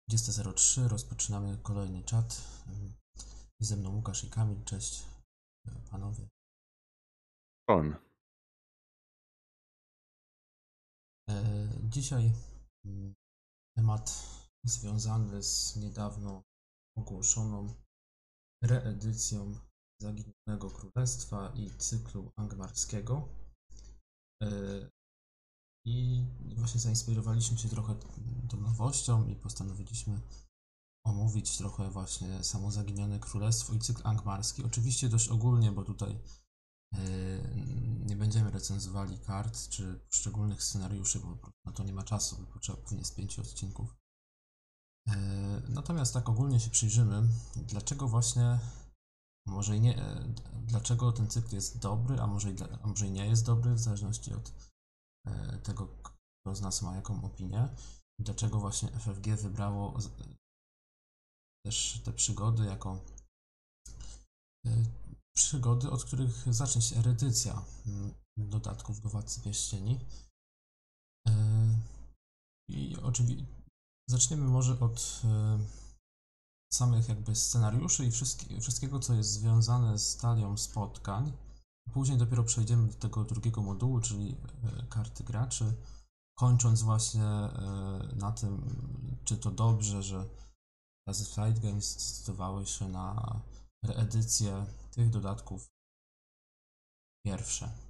20.03, rozpoczynamy kolejny czat. Jest ze mną Łukasz i Kamil. Cześć panowie. On. Dzisiaj temat związany z niedawno ogłoszoną reedycją Zaginionego Królestwa i cyklu angmarskiego. I właśnie zainspirowaliśmy się trochę tą nowością i postanowiliśmy omówić trochę właśnie samo Zaginione Królestwo i cykl angmarski. Oczywiście dość ogólnie, bo tutaj nie będziemy recenzowali kart czy poszczególnych scenariuszy, bo na to nie ma czasu, bo potrzeba pewnie z 5 odcinków. Natomiast tak ogólnie się przyjrzymy, dlaczego właśnie, może i nie, dlaczego ten cykl jest dobry, a może i nie jest dobry, w zależności od tego, kto z nas ma jaką opinię. Dlaczego właśnie FFG wybrało też te przygody jako przygody, od których zacznie się edycja dodatków do Władcy Pierścieni. I oczywiście zaczniemy może od samych jakby scenariuszy i wszystkiego, co jest związane z talią spotkań. Później dopiero przejdziemy do tego drugiego modułu, czyli karty graczy, kończąc właśnie na tym, czy to dobrze, że Flight Games zdecydowały się na reedycję tych dodatków pierwsze.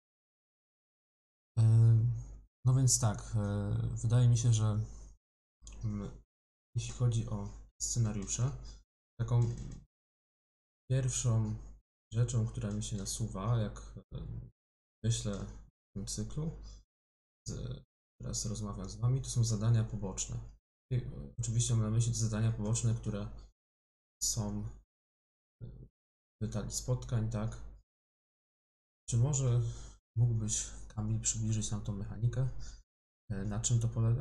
No więc tak, wydaje mi się, że jeśli chodzi o scenariusze, taką pierwszą rzeczą, która mi się nasuwa, jak myślę o tym cyklu, teraz rozmawiam z Wami, to są zadania poboczne. I oczywiście mam na myśli te zadania poboczne, które są w talii spotkań, tak? Czy może mógłbyś, Kamil, przybliżyć nam tą mechanikę? Na czym to polega?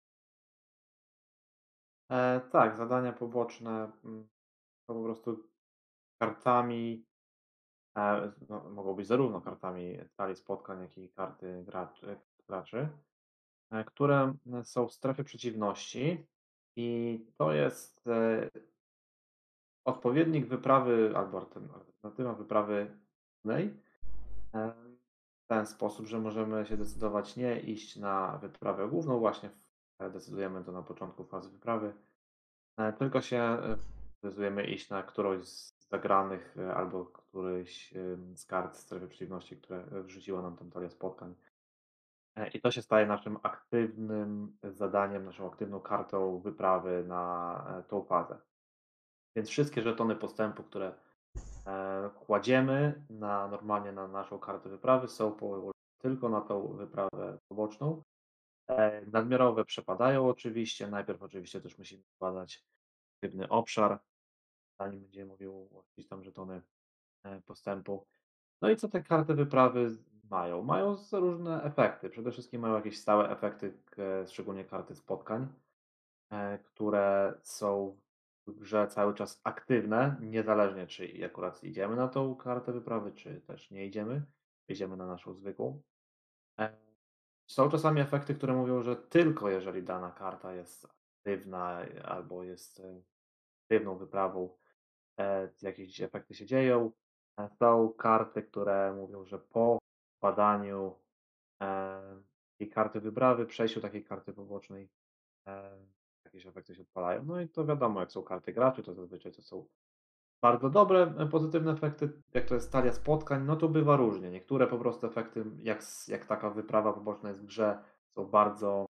Tak, zadania poboczne są po prostu kartami, mogą być zarówno kartami talii spotkań, jak i karty graczy, które są w strefie przeciwności i to jest odpowiednik wyprawy albo alternatywa wyprawy głównej. W ten sposób, że możemy się decydować nie iść na wyprawę główną, właśnie decydujemy to na początku fazy wyprawy, tylko się decydujemy iść na którąś z zagranych albo któryś z kart strefy przeciwności, które wrzuciła nam tą talię spotkań. I to się staje naszym aktywnym zadaniem, naszą aktywną kartą wyprawy na tą fazę. Więc wszystkie żetony postępu, które kładziemy normalnie na naszą kartę wyprawy, są położone tylko na tą wyprawę poboczną. Nadmiarowe przepadają oczywiście. Najpierw oczywiście też musimy badać aktywny obszar, zanim będziemy mówił o jakieś tam żetony postępu. No i co te karty wyprawy mają? Mają różne efekty. Przede wszystkim mają jakieś stałe efekty, szczególnie karty spotkań, które są w grze cały czas aktywne, niezależnie czy akurat idziemy na tą kartę wyprawy, czy też nie idziemy. Idziemy na naszą zwykłą. E, Są czasami efekty, które mówią, że tylko jeżeli dana karta jest aktywna albo jest aktywną wyprawą, jakieś efekty się dzieją. Są karty, które mówią, że po badaniu tej karty wyprawy, przejściu takiej karty pobocznej, e, jakieś efekty się odpalają. No i to wiadomo, jak są karty graczy, to zazwyczaj to są bardzo dobre, pozytywne efekty. Jak to jest talia spotkań, no to bywa różnie. Niektóre po prostu efekty, jak taka wyprawa poboczna jest w grze, są bardzo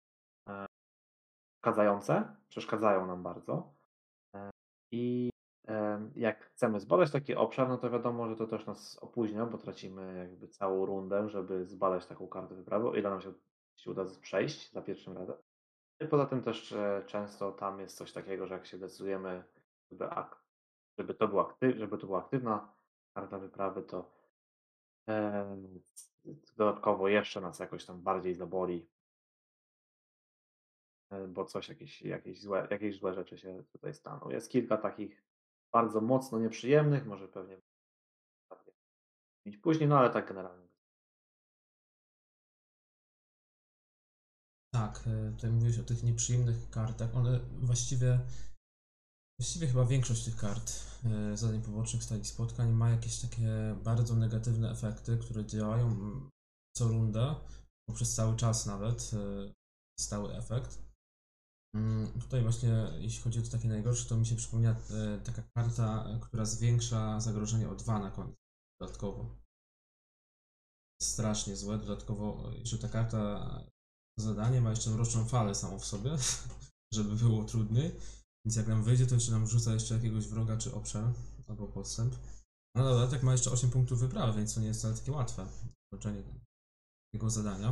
przeszkadzają nam bardzo. I jak chcemy zbadać taki obszar, no to wiadomo, że to też nas opóźnia, bo tracimy jakby całą rundę, żeby zbadać taką kartę wyprawy, o ile nam się uda przejść za pierwszym razem. I poza tym też często tam jest coś takiego, że jak się decydujemy, żeby to była aktywna karta wyprawy, to em, dodatkowo jeszcze nas jakoś tam bardziej zaboli, bo jakieś złe rzeczy się tutaj staną. Jest kilka takich bardzo mocno nieprzyjemnych, może pewnie później, no ale tak generalnie. Tak, tutaj mówiłeś o tych nieprzyjemnych kartach. One właściwie chyba większość tych kart zadań pobocznych, stali spotkań ma jakieś takie bardzo negatywne efekty, które działają co rundę, poprzez cały czas nawet, stały efekt. Tutaj właśnie, jeśli chodzi o to takie najgorsze, to mi się przypomniała taka karta, która zwiększa zagrożenie o 2 na koniec, dodatkowo. Strasznie złe, dodatkowo jeszcze ta karta, zadanie ma jeszcze mroczną falę samą w sobie, żeby było trudniej. Więc jak nam wyjdzie, to jeszcze nam wrzuca jeszcze jakiegoś wroga czy obszar, albo podstęp. No na dodatek ma jeszcze 8 punktów wyprawy, więc to nie jest wcale takie łatwe wykończenie tego zadania.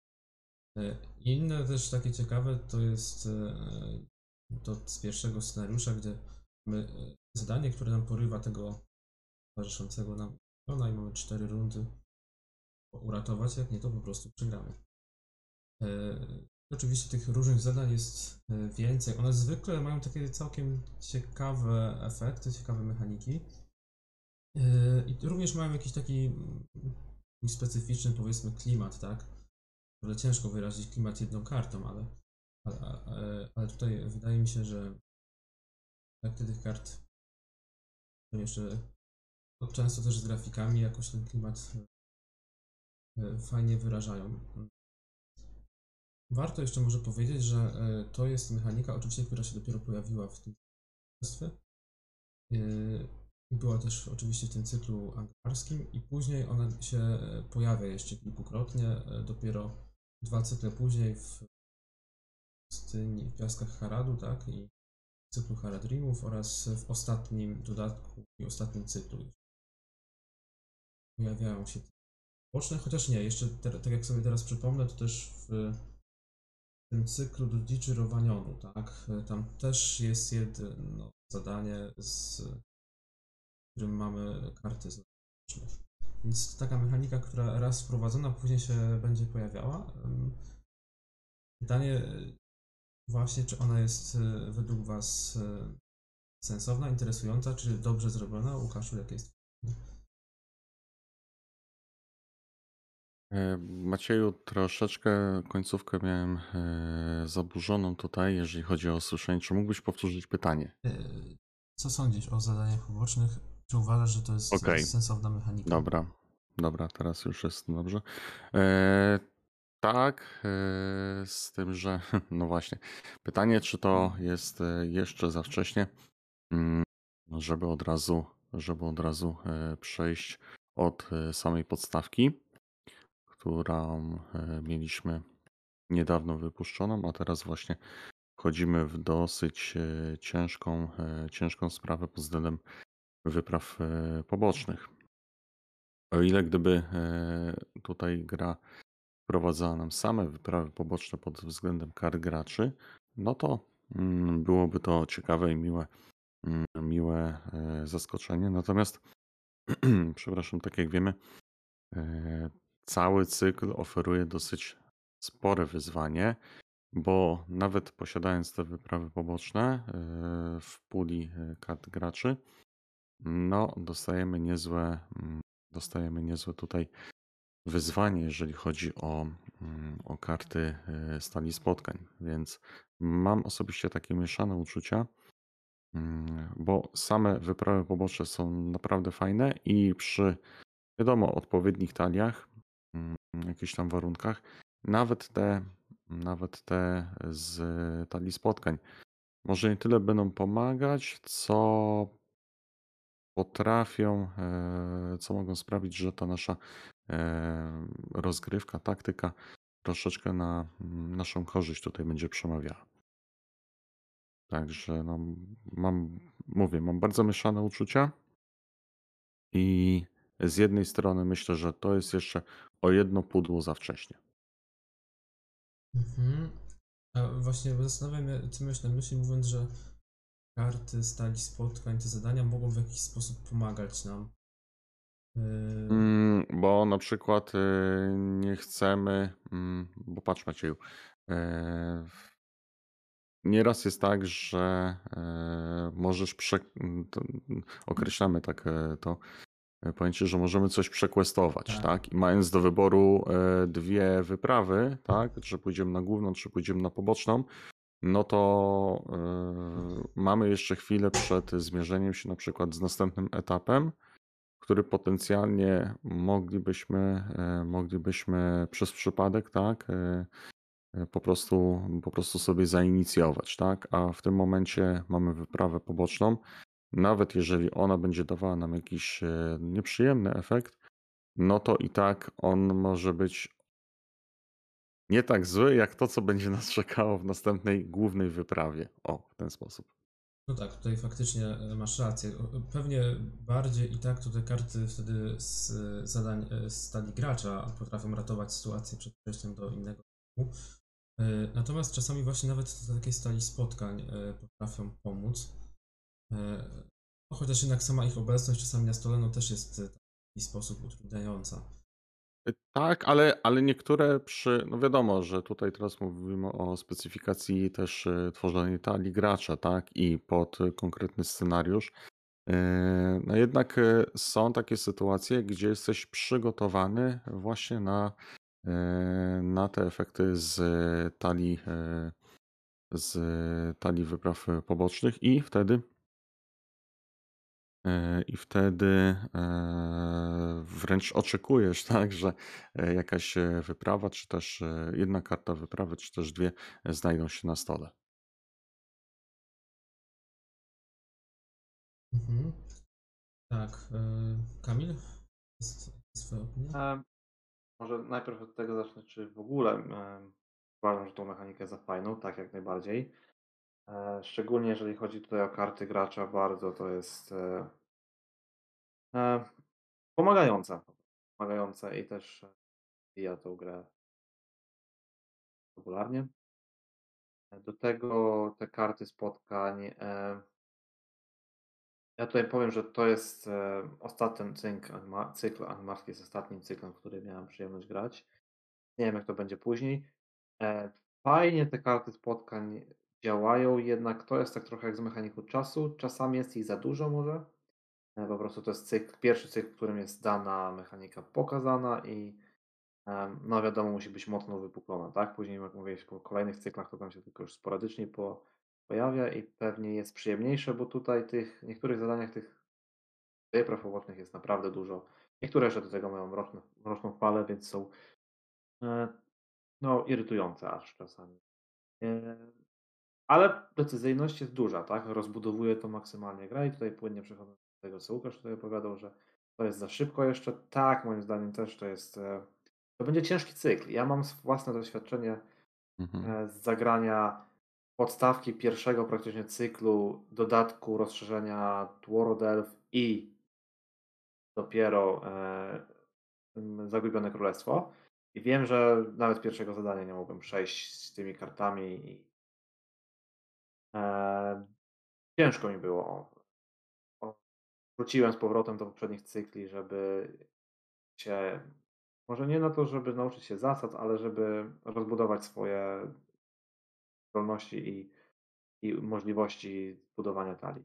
Inne też takie ciekawe to jest to z pierwszego scenariusza, gdzie mamy zadanie, które nam porywa tego towarzyszącego nam piona i mamy 4 rundy uratować, jak nie to po prostu przegramy. Oczywiście tych różnych zadań jest więcej. One zwykle mają takie całkiem ciekawe efekty, ciekawe mechaniki. I również mają jakiś taki specyficzny, powiedzmy, klimat, tak? Ale ciężko wyrazić klimat jedną kartą, ale tutaj wydaje mi się, że efekty tych kart jeszcze często też z grafikami jakoś ten klimat fajnie wyrażają. Warto jeszcze może powiedzieć, że to jest mechanika, oczywiście, która się dopiero pojawiła w tym królestwie. Była też oczywiście w tym cyklu anglarskim i później ona się pojawia jeszcze kilkukrotnie, dopiero 2 cykle później w pustyni, w piaskach Haradu, tak, i w cyklu Haradrimów oraz w ostatnim dodatku i ostatnim cyklu pojawiają się te boczne, chociaż nie, jeszcze tak jak sobie teraz przypomnę, to też w tym cyklu do Dziczy Rowanionu, tak, tam też jest jedno zadanie, z którym mamy karty znaczne. Więc to taka mechanika, która raz wprowadzona, później się będzie pojawiała. Pytanie właśnie, czy ona jest według Was sensowna, interesująca, czy dobrze zrobiona? Łukaszu, jakie jest? Macieju, troszeczkę końcówkę miałem zaburzoną tutaj, jeżeli chodzi o słyszenie. Czy mógłbyś powtórzyć pytanie? Co sądzisz o zadaniach pobocznych? Czy uważasz, że to jest Okej, sensowna mechanika? dobra, teraz już jest dobrze. E, tak, z tym, że no właśnie, pytanie, czy to jest jeszcze za wcześnie, mm, żeby od razu przejść od samej podstawki, którą mieliśmy niedawno wypuszczoną, a teraz właśnie wchodzimy w dosyć ciężką sprawę pod względem wypraw pobocznych. O ile gdyby tutaj gra wprowadzała nam same wyprawy poboczne pod względem kart graczy, no to byłoby to ciekawe i miłe zaskoczenie. Natomiast, przepraszam, tak jak wiemy, cały cykl oferuje dosyć spore wyzwanie, bo nawet posiadając te wyprawy poboczne w puli kart graczy, no dostajemy niezłe tutaj wyzwanie, jeżeli chodzi o karty stali spotkań. Więc mam osobiście takie mieszane uczucia, bo same wyprawy poboczne są naprawdę fajne i przy, wiadomo, odpowiednich taliach, jakichś tam warunkach, nawet te z talii spotkań może nie tyle będą pomagać, co mogą sprawić, że ta nasza rozgrywka, taktyka troszeczkę na naszą korzyść tutaj będzie przemawiała. Także no, mam bardzo mieszane uczucia i z jednej strony myślę, że to jest jeszcze o jedno pudło za wcześnie. Mhm. A właśnie zastanawiam się, co miałeś na myśli, mówiąc, że karty stali spotkań, te zadania mogą w jakiś sposób pomagać nam. Bo na przykład nie chcemy, bo patrz Macieju, nieraz jest tak, że możesz określamy tak to, pojęcie, że możemy coś przequestować, Tak. tak? I mając do wyboru dwie wyprawy, tak? Czy pójdziemy na główną, czy pójdziemy na poboczną, no to mamy jeszcze chwilę przed zmierzeniem się na przykład z następnym etapem, który potencjalnie moglibyśmy przez przypadek, tak? Po prostu sobie zainicjować, tak? A w tym momencie mamy wyprawę poboczną. Nawet jeżeli ona będzie dawała nam jakiś nieprzyjemny efekt, no to i tak on może być nie tak zły, jak to, co będzie nas czekało w następnej głównej wyprawie. O, w ten sposób. No tak, tutaj faktycznie masz rację. Pewnie bardziej i tak tutaj karty wtedy z zadań z talii gracza potrafią ratować sytuację przed przejściem do innego etapu. Natomiast czasami właśnie nawet te takie stali spotkań potrafią pomóc. No, chociaż jednak sama ich obecność czasami na stole no też jest w taki sposób utrudniająca. Tak, ale niektóre no wiadomo, że tutaj teraz mówimy o specyfikacji też tworzonej talii gracza, tak, i pod konkretny scenariusz. No jednak są takie sytuacje, gdzie jesteś przygotowany właśnie na te efekty z talii wypraw pobocznych i wtedy wręcz oczekujesz, tak, że jakaś wyprawa, czy też jedna karta wyprawy, czy też dwie znajdą się na stole. Mhm. Tak, Kamil? Jest twoja opinia? Może najpierw od tego zacznę, czy w ogóle uważam, że tą mechanikę za fajną, tak jak najbardziej. Szczególnie jeżeli chodzi tutaj o karty gracza, bardzo to jest e, pomagająca. Pomagająca i też ja tą grę popularnie. Do tego te karty spotkań. Ja tutaj powiem, że to jest ostatni cykl animacki, jest ostatnim cyklem, w który miałem przyjemność grać. Nie wiem, jak to będzie później. E, Fajnie te karty spotkań działają, jednak to jest tak trochę jak z mechaniką czasu. Czasami jest ich za dużo może. Po prostu to jest pierwszy cykl, w którym jest dana mechanika pokazana i no wiadomo, musi być mocno wypuklona, tak? Później, jak mówiłeś, po kolejnych cyklach to tam się tylko już sporadycznie pojawia i pewnie jest przyjemniejsze, bo tutaj tych niektórych zadaniach tych wypraw pobocznych jest naprawdę dużo. Niektóre jeszcze do tego mają mroczną falę, więc są e, no, irytujące aż czasami. E, Ale decyzyjność jest duża, tak? Rozbudowuje to maksymalnie gra i tutaj płynnie przechodząc do tego, co Łukasz tutaj opowiadał, że to jest za szybko jeszcze. Tak, moim zdaniem też to jest. To będzie ciężki cykl. Ja mam własne doświadczenie Mhm. z zagrania podstawki pierwszego praktycznie cyklu, dodatku rozszerzenia World Elf i dopiero Zagubione Królestwo. I wiem, że nawet pierwszego zadania nie mogłem przejść z tymi kartami i e, ciężko mi było. Wróciłem z powrotem do poprzednich cykli, żeby się może nie na to, żeby nauczyć się zasad, ale żeby rozbudować swoje zdolności i możliwości budowania talii.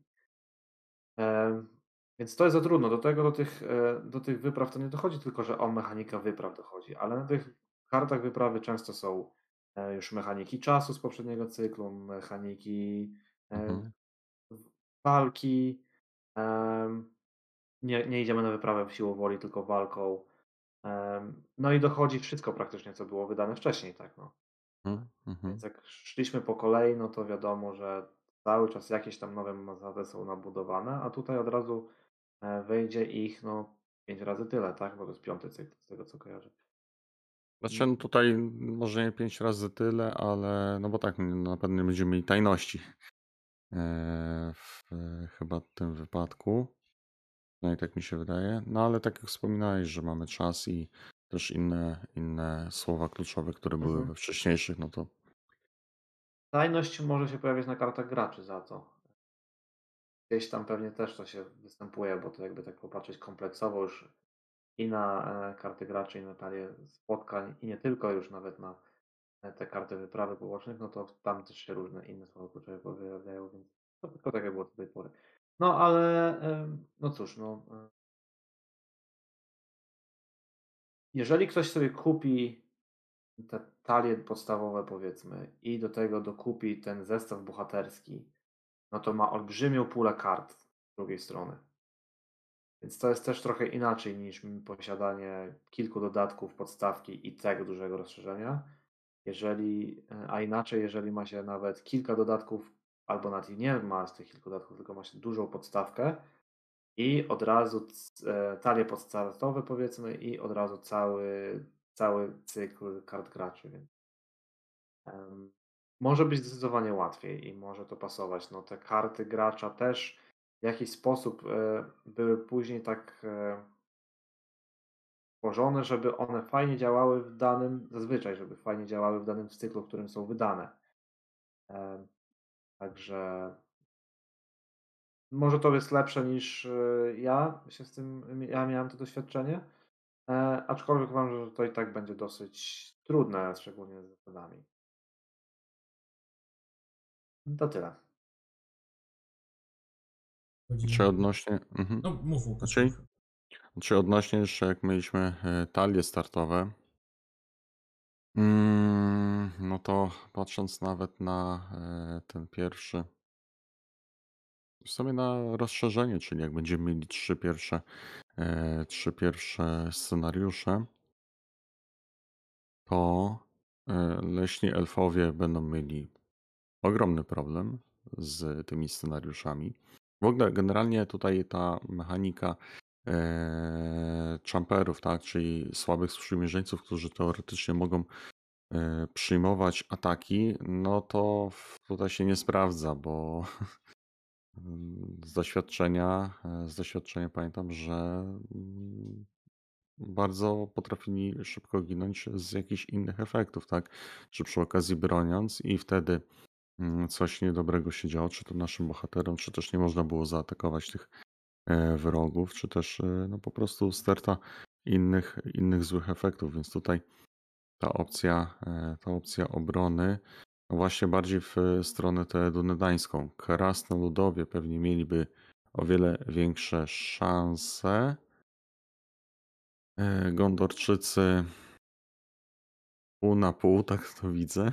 Więc to jest za trudno. Do tego, do tych wypraw to nie dochodzi tylko, że o mechanika wypraw dochodzi, ale na tych kartach wyprawy często są już mechaniki czasu z poprzedniego cyklu, mechaniki e, Mhm. walki. Nie idziemy na wyprawę w siłą woli, tylko walką. No i dochodzi wszystko praktycznie, co było wydane wcześniej, tak, no. Mhm. Więc Mhm. jak szliśmy po kolei, no to wiadomo, że cały czas jakieś tam nowe zasady są nabudowane, a tutaj od razu wejdzie ich, no, 5 razy tyle, tak, bo to jest 5. cykl, z tego co kojarzę. Znaczy, no Mm, tutaj może nie 5 razy tyle, ale no bo tak, na pewno nie będziemy mieli tajności w chyba tym wypadku. No i tak mi się wydaje. No ale tak jak wspominałeś, że mamy czas i też inne słowa kluczowe, które były mhm. we wcześniejszych, no to Tajność może się pojawiać na kartach graczy za to. Gdzieś tam pewnie też to się występuje, bo to jakby tak popatrzeć kompleksowo już i na karty graczy, i na talię spotkań, i nie tylko już nawet na te karty wyprawy pobocznych, no to tam też się różne inne słowa kluczowe pojawiają, więc to tylko tak jak było do tej pory. No ale no cóż, no Jeżeli ktoś sobie kupi te talie podstawowe, powiedzmy, i do tego dokupi ten zestaw bohaterski, no to ma olbrzymią pulę kart z drugiej strony. Więc to jest też trochę inaczej niż posiadanie kilku dodatków, podstawki i tego dużego rozszerzenia. A inaczej, jeżeli ma się nawet kilka dodatków, albo nawet i nie ma z tych kilku dodatków, tylko ma się dużą podstawkę i od razu talie podstartowe, powiedzmy, i od razu cały cykl kart graczy. Więc może być zdecydowanie łatwiej i może to pasować. No, te karty gracza też w jakiś sposób były później tak tworzone, żeby one fajnie działały żeby fajnie działały w danym cyklu, w którym są wydane. Także może to jest lepsze niż ja miałem to doświadczenie, aczkolwiek uważam, że to i tak będzie dosyć trudne, szczególnie z zasadami. To tyle. Chodzi... Czy odnośnie. No, mów, Łukasz, Znaczy, mów. czy odnośnie jeszcze jak mieliśmy talie startowe, no to patrząc nawet na ten pierwszy, w sumie na rozszerzenie, czyli jak będziemy mieli trzy pierwsze scenariusze, to leśni elfowie będą mieli ogromny problem z tymi scenariuszami. W ogóle generalnie tutaj ta mechanika champerów, tak, czyli słabych sprzymierzeńców, którzy teoretycznie mogą przyjmować ataki, no to tutaj się nie sprawdza, bo z doświadczenia pamiętam, że bardzo potrafili szybko ginąć z jakichś innych efektów, tak? Czy przy okazji broniąc i wtedy coś niedobrego się działo, czy to naszym bohaterom, czy też nie można było zaatakować tych wrogów, czy też no po prostu sterta innych złych efektów, więc tutaj ta opcja obrony no właśnie bardziej w stronę tę dunedańską. Krasnoludowie pewnie mieliby o wiele większe szanse. Gondorczycy pół na pół, tak to widzę.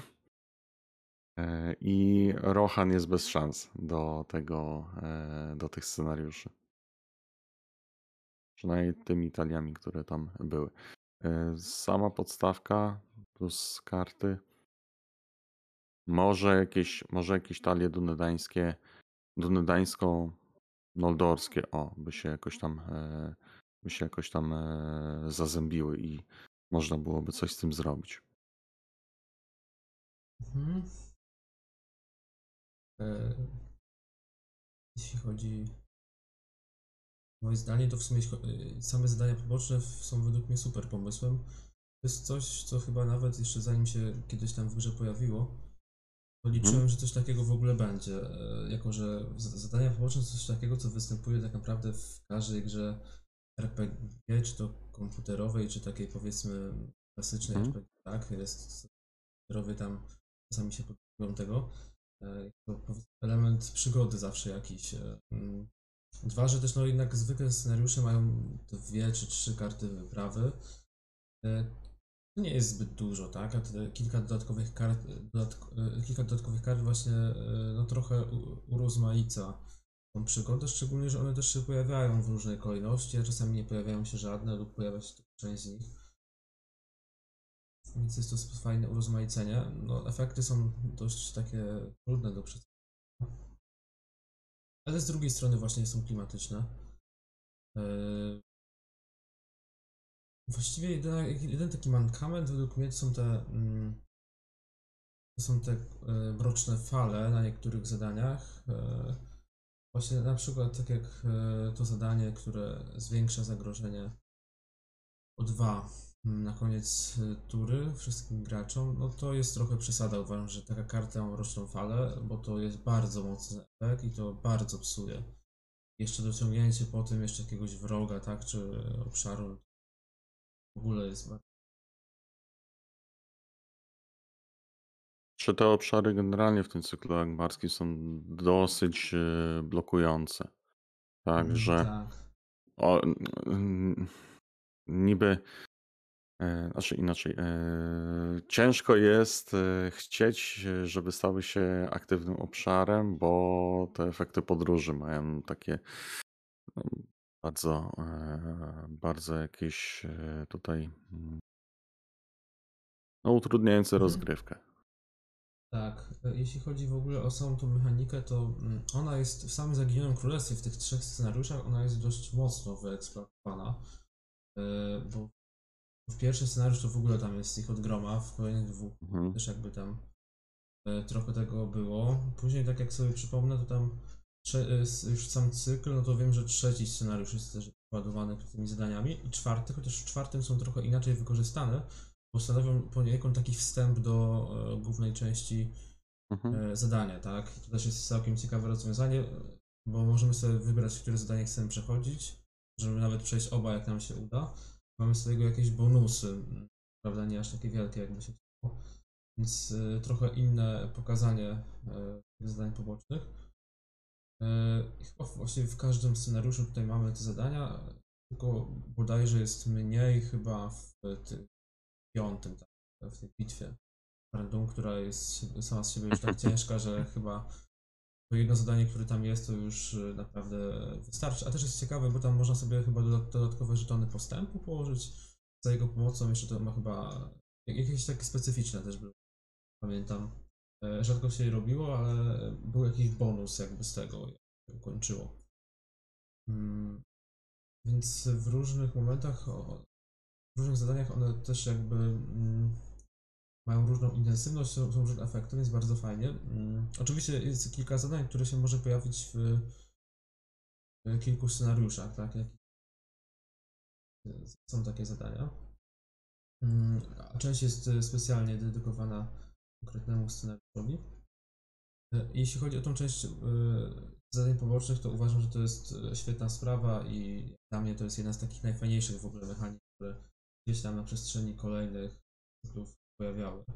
I Rohan jest bez szans do tych scenariuszy. Przynajmniej tymi taliami, które tam były. Sama podstawka plus karty. Może jakieś talie dunedańsko-noldorskie, by się jakoś tam zazębiły i można byłoby coś z tym zrobić. Mhm. Jeśli chodzi o moje zdanie, to w sumie same zadania poboczne są według mnie super pomysłem. To jest coś, co chyba nawet jeszcze zanim się kiedyś tam w grze pojawiło, to liczyłem, że coś takiego w ogóle będzie. Jako że zadania poboczne to coś takiego, co występuje tak naprawdę w każdej grze RPG, czy to komputerowej, czy takiej powiedzmy klasycznej RPG, tak? Jest komputerowy tam, czasami się podpisują tego. To powiedzmy element przygody zawsze jakiś. Dwa, że też no jednak zwykle scenariusze mają 2 czy 3 karty wyprawy. To nie jest zbyt dużo, tak? A te kilka dodatkowych kart właśnie no trochę urozmaica tą przygodę, szczególnie, że one też się pojawiają w różnej kolejności, a czasami nie pojawiają się żadne lub pojawia się tylko część z nich. Więc jest to fajne urozmaicenie. No, efekty są dość takie trudne do przedstawienia. Ale z drugiej strony właśnie są klimatyczne. Właściwie jeden taki mankament według mnie to są te mroczne fale na niektórych zadaniach. Właśnie na przykład tak jak to zadanie, które zwiększa zagrożenie o 2 na koniec tury wszystkim graczom, no to jest trochę przesada. Uważam, że taka karta ma mroczną falę, bo to jest bardzo mocny efekt i to bardzo psuje. Jeszcze dociągnięcie po tym jeszcze jakiegoś wroga, tak, czy obszaru w ogóle jest bardzo... Czy te obszary generalnie w tym cyklu angmarskim są dosyć blokujące? Także Tak. niby Znaczy inaczej, ciężko jest chcieć, żeby stały się aktywnym obszarem, bo te efekty podróży mają takie no, bardzo jakieś tutaj no, utrudniające Mhm. rozgrywkę. Tak, jeśli chodzi w ogóle o samą tą mechanikę, to ona jest w samym Zaginionym Królestwie, w tych trzech scenariuszach, ona jest dość mocno wyeksploatowana, bo w pierwszym scenariusz to w ogóle tam jest ich od groma, w kolejnych dwóch Mhm. też jakby tam trochę tego było. Później, tak jak sobie przypomnę, to tam już sam cykl, no to wiem, że trzeci scenariusz jest też ładowany tymi zadaniami i czwarty, chociaż w czwartym są trochę inaczej wykorzystane, bo stanowią poniekąd taki wstęp do głównej części Mhm. zadania, tak? I to też jest całkiem ciekawe rozwiązanie, bo możemy sobie wybrać, które zadanie chcemy przechodzić, żeby nawet przejść oba, jak nam się uda. Mamy z tego jakieś bonusy, prawda, nie aż takie wielkie, jakby się chciało, więc trochę inne pokazanie tych zadań pobocznych. Chyba właśnie w każdym scenariuszu tutaj mamy te zadania, tylko bodajże jest mniej chyba w tym piątym, tak, w tej bitwie Brandon, która jest sama z siebie już tak ciężka, że chyba to jedno zadanie, które tam jest, to już naprawdę wystarczy. A też jest ciekawe, bo tam można sobie chyba dodatkowe żetony postępu położyć. Za jego pomocą jeszcze to ma chyba jakieś takie specyficzne też były. Pamiętam. Rzadko się je robiło, ale był jakiś bonus jakby z tego, jak się kończyło. Więc w różnych momentach, w różnych zadaniach one też jakby mają różną intensywność, są różne efekty, więc bardzo fajnie. Oczywiście jest kilka zadań, które się może pojawić w kilku scenariuszach, tak? Są takie zadania. A część jest specjalnie dedykowana konkretnemu scenariuszowi. Jeśli chodzi o tą część zadań pobocznych, to uważam, że to jest świetna sprawa i dla mnie to jest jedna z takich najfajniejszych w ogóle mechanik, które gdzieś tam na przestrzeni kolejnych cyklów pojawiały.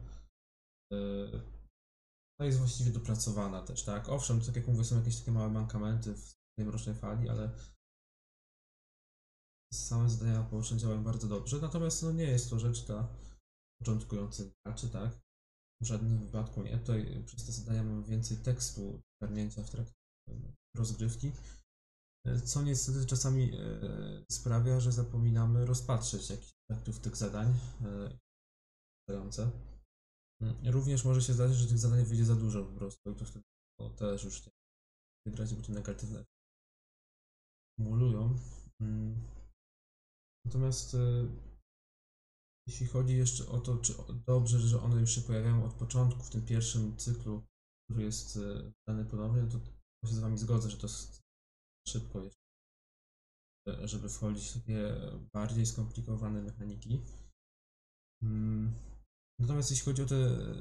No jest właściwie dopracowana też, tak? Owszem, tak jak mówię, są jakieś takie małe mankamenty w tej Mrocznej Fali, ale same zadania poboczne działają bardzo dobrze, natomiast no, nie jest to rzecz dla początkujących graczy, tak? W żadnym wypadku nie. Tutaj przez te zadania mamy więcej tekstu ogarnięcia w trakcie rozgrywki, co niestety czasami sprawia, że zapominamy rozpatrzeć jakiś aspektów tych zadań. Również może się zdarzyć, że tych zadań wyjdzie za dużo po prostu i to wtedy to też już nie wygrać, bo te negatywne kumulują. Natomiast jeśli chodzi jeszcze o to, czy dobrze, że one już się pojawiają od początku w tym pierwszym cyklu, który jest dany ponownie, no to się z Wami zgodzę, że to jest szybko jeszcze, żeby wchodzić w takie bardziej skomplikowane mechaniki. Natomiast jeśli chodzi o te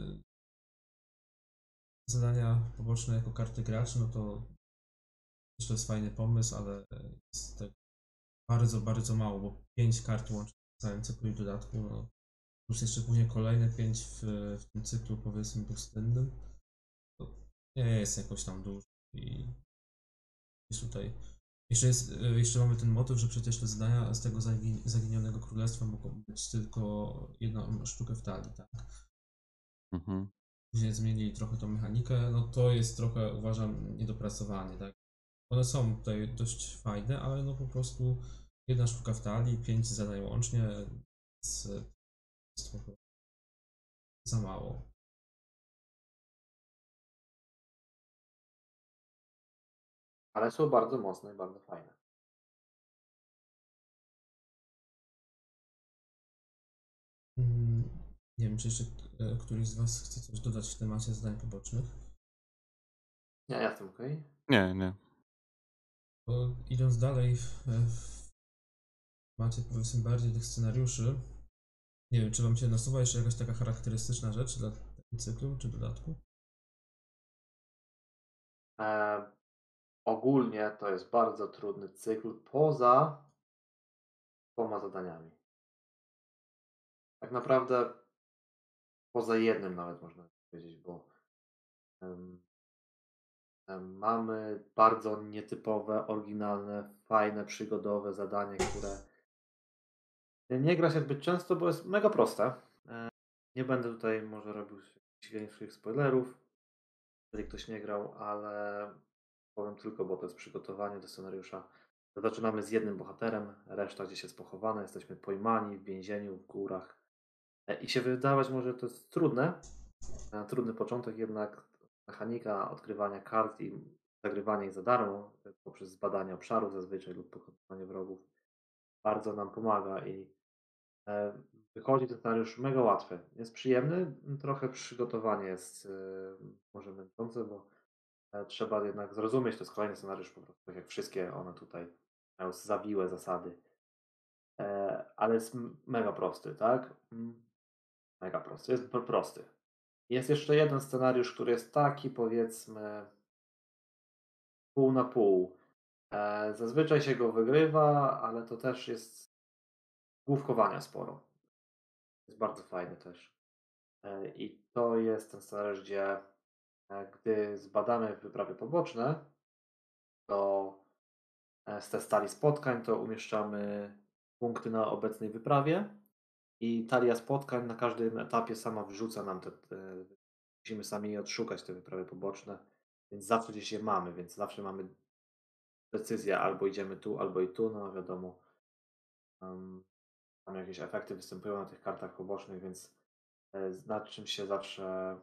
zadania poboczne jako karty graczy, no to też to jest fajny pomysł, ale jest tak bardzo, bardzo mało, bo 5 kart łącznie w całym cyklu i dodatku, no, plus jeszcze później kolejne 5 w tym cyklu powiedzmy pustynnym, to nie jest jakoś tam dużo i jest tutaj jeszcze mamy ten motyw, że przecież te zadania z tego zaginionego królestwa mogą być tylko jedną sztukę w talii, tak? Mhm. Później zmienili trochę tą mechanikę, no to jest trochę uważam niedopracowanie, tak? One są tutaj dość fajne, ale no po prostu jedna sztuka w talii, 5 zadań łącznie, więc jest trochę za mało. Ale są bardzo mocne i bardzo fajne. Nie wiem, czy jeszcze któryś z Was chce coś dodać w temacie zadań pobocznych. Ja jestem okej. Nie. Bo idąc dalej macie powiedzmy bardziej tych scenariuszy. Nie wiem, czy Wam się nasuwa jeszcze jakaś taka charakterystyczna rzecz dla tego cyklu czy dodatku? E, Ogólnie to jest bardzo trudny cykl poza 2 zadaniami. Tak naprawdę poza jednym nawet można powiedzieć, bo mamy bardzo nietypowe, oryginalne, fajne, przygodowe zadanie, które Nie gra się zbyt często, bo jest mega proste. Nie będę tutaj może robił większych spoilerów, jeżeli ktoś nie grał, ale powiem tylko, bo to jest przygotowanie do scenariusza. Zaczynamy z jednym bohaterem, reszta gdzieś jest pochowana, jesteśmy pojmani w więzieniu, w górach. I się wydawać może, że to jest trudne, trudny początek, jednak mechanika odkrywania kart i zagrywania ich za darmo poprzez zbadanie obszarów zazwyczaj lub pokonywanie wrogów bardzo nam pomaga i wychodzi ten scenariusz mega łatwy. Jest przyjemny, trochę przygotowanie jest może męczące, bo trzeba jednak zrozumieć, to jest kolejny scenariusz po prostu, tak jak wszystkie one tutaj mają zawiłe zasady, ale jest mega prosty, tak? Mega prosty, jest prosty. Jest jeszcze jeden scenariusz, który jest taki powiedzmy pół na pół. Zazwyczaj się go wygrywa, ale to też jest główkowania sporo. Jest bardzo fajny też. I to jest ten scenariusz, gdzie gdy zbadamy wyprawy poboczne, to z te stali spotkań to umieszczamy punkty na obecnej wyprawie i talia spotkań na każdym etapie sama wrzuca nam musimy sami odszukać te wyprawy poboczne, więc zawsze gdzieś je mamy, więc zawsze mamy decyzję albo idziemy tu, albo i tu, no wiadomo, tam jakieś efekty występują na tych kartach pobocznych, więc nad czym się zawsze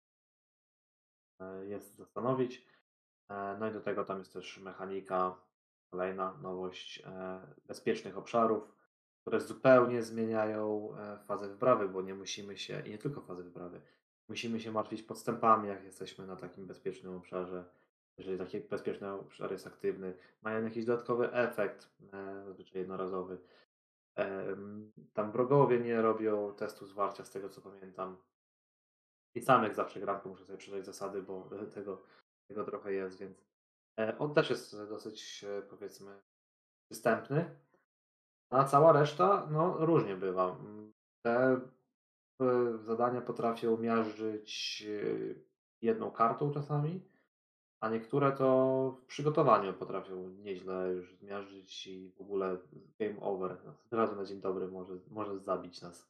jest zastanowić. No i do tego tam jest też mechanika, kolejna nowość bezpiecznych obszarów, które zupełnie zmieniają fazę wyprawy, bo nie musimy się, i nie tylko fazę wyprawy, musimy się martwić podstępami, jak jesteśmy na takim bezpiecznym obszarze, jeżeli taki bezpieczny obszar jest aktywny. Mają jakiś dodatkowy efekt, zazwyczaj jednorazowy. Tam wrogowie nie robią testu zwarcia, z tego co pamiętam. I sam jak zawsze gram, to muszę sobie przeczytać zasady, bo tego trochę jest, więc on też jest dosyć, powiedzmy, przystępny, a cała reszta, no, różnie bywa. Te zadania potrafią miażdżyć jedną kartą czasami, a niektóre to w przygotowaniu potrafią nieźle już zmiażdżyć i w ogóle game over. Od razu na dzień dobry może zabić nas.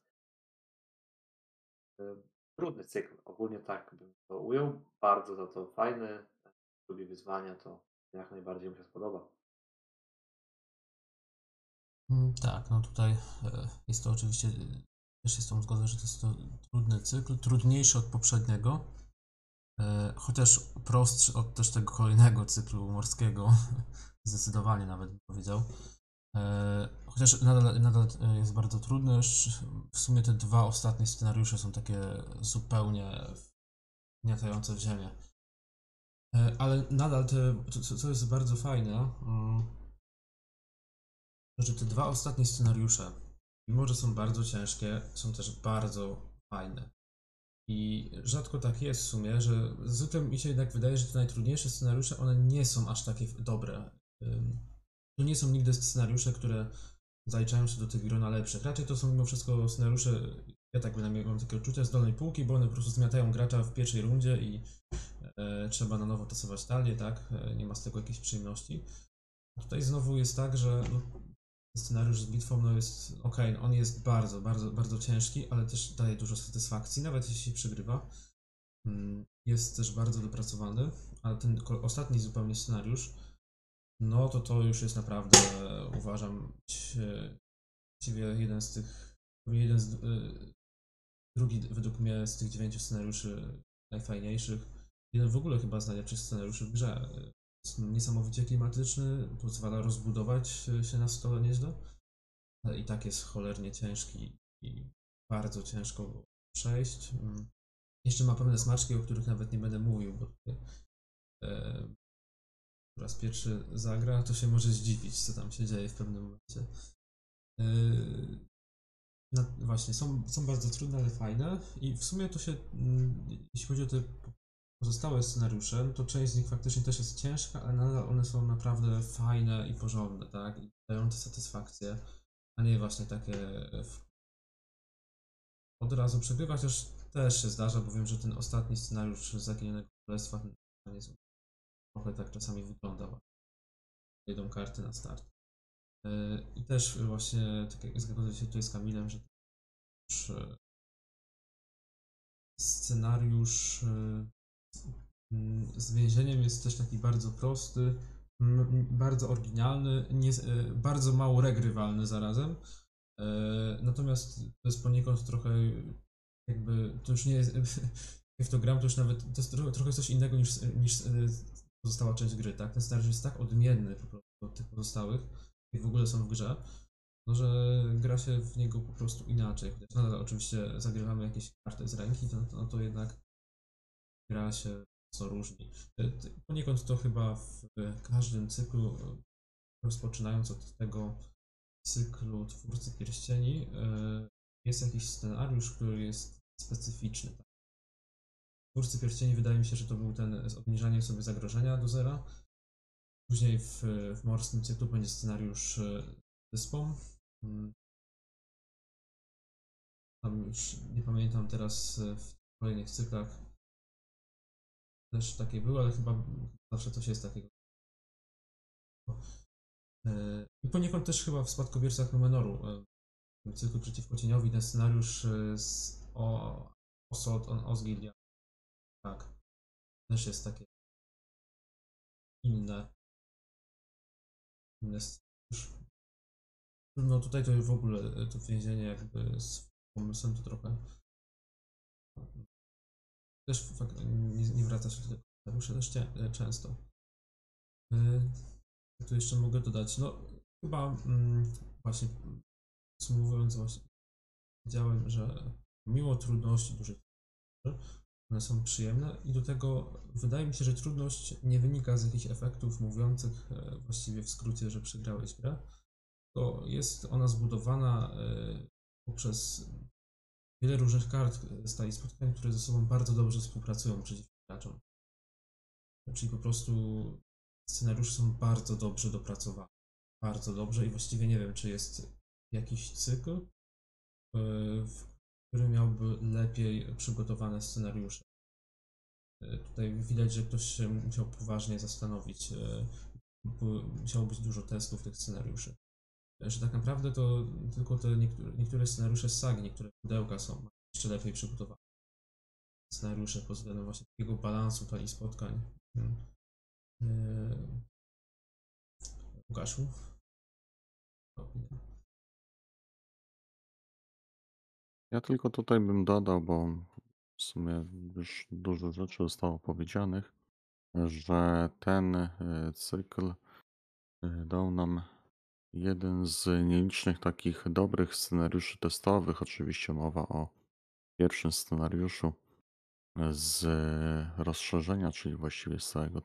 Trudny cykl, ogólnie tak bym to ujął. Bardzo za to fajny. Lubi wyzwania, to jak najbardziej mu się spodoba. Tak, no tutaj jest to oczywiście, też jest tą zgodę, że to jest to trudny cykl, trudniejszy od poprzedniego, chociaż prostszy od też tego kolejnego cyklu morskiego, zdecydowanie nawet bym powiedział. Chociaż nadal jest bardzo trudny, już w sumie te dwa ostatnie scenariusze są takie zupełnie wgniatające w ziemię. Ale nadal co jest bardzo fajne, że te dwa ostatnie scenariusze, mimo że są bardzo ciężkie, są też bardzo fajne. I rzadko tak jest w sumie, że zwykle mi się jednak wydaje, że te najtrudniejsze scenariusze, one nie są aż takie dobre. To nie są nigdy scenariusze, które zaliczają się do tych grona lepszych. Raczej to są mimo wszystko scenariusze, ja tak bynajmniej mam takie odczucia, z dolnej półki, bo one po prostu zmiatają gracza w pierwszej rundzie i trzeba na nowo tasować talię, tak? Nie ma z tego jakiejś przyjemności. A tutaj znowu jest tak, że no, scenariusz z bitwą no jest ok, on jest bardzo, bardzo, bardzo ciężki, ale też daje dużo satysfakcji, nawet jeśli się przegrywa. Jest też bardzo dopracowany, ale ten ostatni zupełnie scenariusz, no to już jest naprawdę, uważam, właściwie drugi według mnie z tych 9 scenariuszy najfajniejszych. Jeden w ogóle chyba z najlepszych scenariuszy w grze. Jest niesamowicie klimatyczny, pozwala rozbudować się na stole nieźle, ale i tak jest cholernie ciężki i bardzo ciężko go przejść. Jeszcze ma pewne smaczki, o których nawet nie będę mówił, bo po raz pierwszy zagra, to się może zdziwić, co tam się dzieje w pewnym momencie. No właśnie, są bardzo trudne, ale fajne i w sumie to się, jeśli chodzi o te pozostałe scenariusze, no to część z nich faktycznie też jest ciężka, ale nadal one są naprawdę fajne i porządne, tak? I dające satysfakcję, a nie właśnie takie od razu przegrywać, też się zdarza, bo wiem, że ten ostatni scenariusz Zaginionego Królestwa trochę tak czasami wygląda. Jedą karty na start. I też właśnie, tak jak zgodzę się tutaj z Kamilem, że też, scenariusz z więzieniem jest też taki bardzo prosty, bardzo oryginalny, bardzo mało regrywalny zarazem. Natomiast to jest poniekąd trochę jakby, to już nie jest, jak w to gram, to już nawet, to jest trochę coś innego niż pozostała część gry, tak? Ten scenariusz jest tak odmienny po prostu od tych pozostałych, jak w ogóle są w grze, no, że gra się w niego po prostu inaczej. Chociaż nadal oczywiście zagrywamy jakieś karty z ręki, to jednak gra się co różni. Poniekąd to chyba w każdym cyklu, rozpoczynając od tego cyklu Twórcy Pierścieni, jest jakiś scenariusz, który jest specyficzny. Tak? Twórcy Pierścieni wydaje mi się, że to był ten z obniżaniem sobie zagrożenia do zera. Później w morskim cyklu będzie scenariusz wyspą. Tam już nie pamiętam teraz w kolejnych cyklach też takie były, ale chyba zawsze coś jest takiego. I poniekąd też chyba w Spadkobiercach Numenoru, w tym cyklu przeciwko cieniowi, ten scenariusz o Assault on Osgiliath. Tak, też jest takie inne scenariusz. No tutaj to w ogóle to więzienie jakby z pomysłem to trochę też nie wraca się do tego scenariusza też często. Tu jeszcze mogę dodać, no chyba właśnie podsumowując właśnie powiedziałem, że mimo trudności dużych one są przyjemne i do tego wydaje mi się, że trudność nie wynika z jakichś efektów mówiących właściwie w skrócie, że przegrałeś grę, to jest ona zbudowana poprzez wiele różnych kart stali spotkań, które ze sobą bardzo dobrze współpracują przeciwko graczom. Czyli po prostu scenariusze są bardzo dobrze dopracowane. Bardzo dobrze i właściwie nie wiem, czy jest jakiś cykl, w którym miałby lepiej przygotowane scenariusze. Tutaj widać, że ktoś się musiał poważnie zastanowić. Musiało być dużo testów tych scenariuszy. Że tak naprawdę to tylko te niektóre scenariusze z sagi, niektóre pudełka są jeszcze lepiej przygotowane. Scenariusze pod względem właśnie takiego balansu talii spotkań. Łukaszu? Ja tylko tutaj bym dodał, bo w sumie już dużo rzeczy zostało powiedzianych, że ten cykl dał nam jeden z nielicznych takich dobrych scenariuszy testowych. Oczywiście mowa o pierwszym scenariuszu z rozszerzenia, czyli właściwie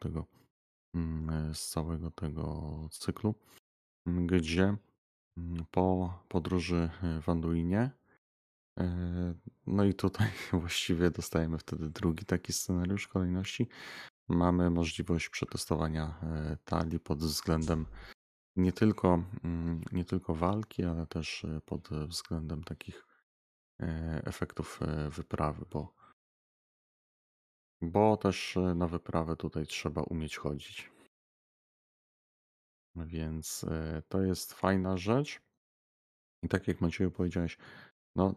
z całego tego cyklu, gdzie po podróży w Anduinie, no i tutaj właściwie dostajemy wtedy drugi taki scenariusz kolejności. Mamy możliwość przetestowania talii pod względem nie tylko walki, ale też pod względem takich efektów wyprawy, bo też na wyprawę tutaj trzeba umieć chodzić. Więc to jest fajna rzecz. I tak jak Macieju powiedziałeś, no,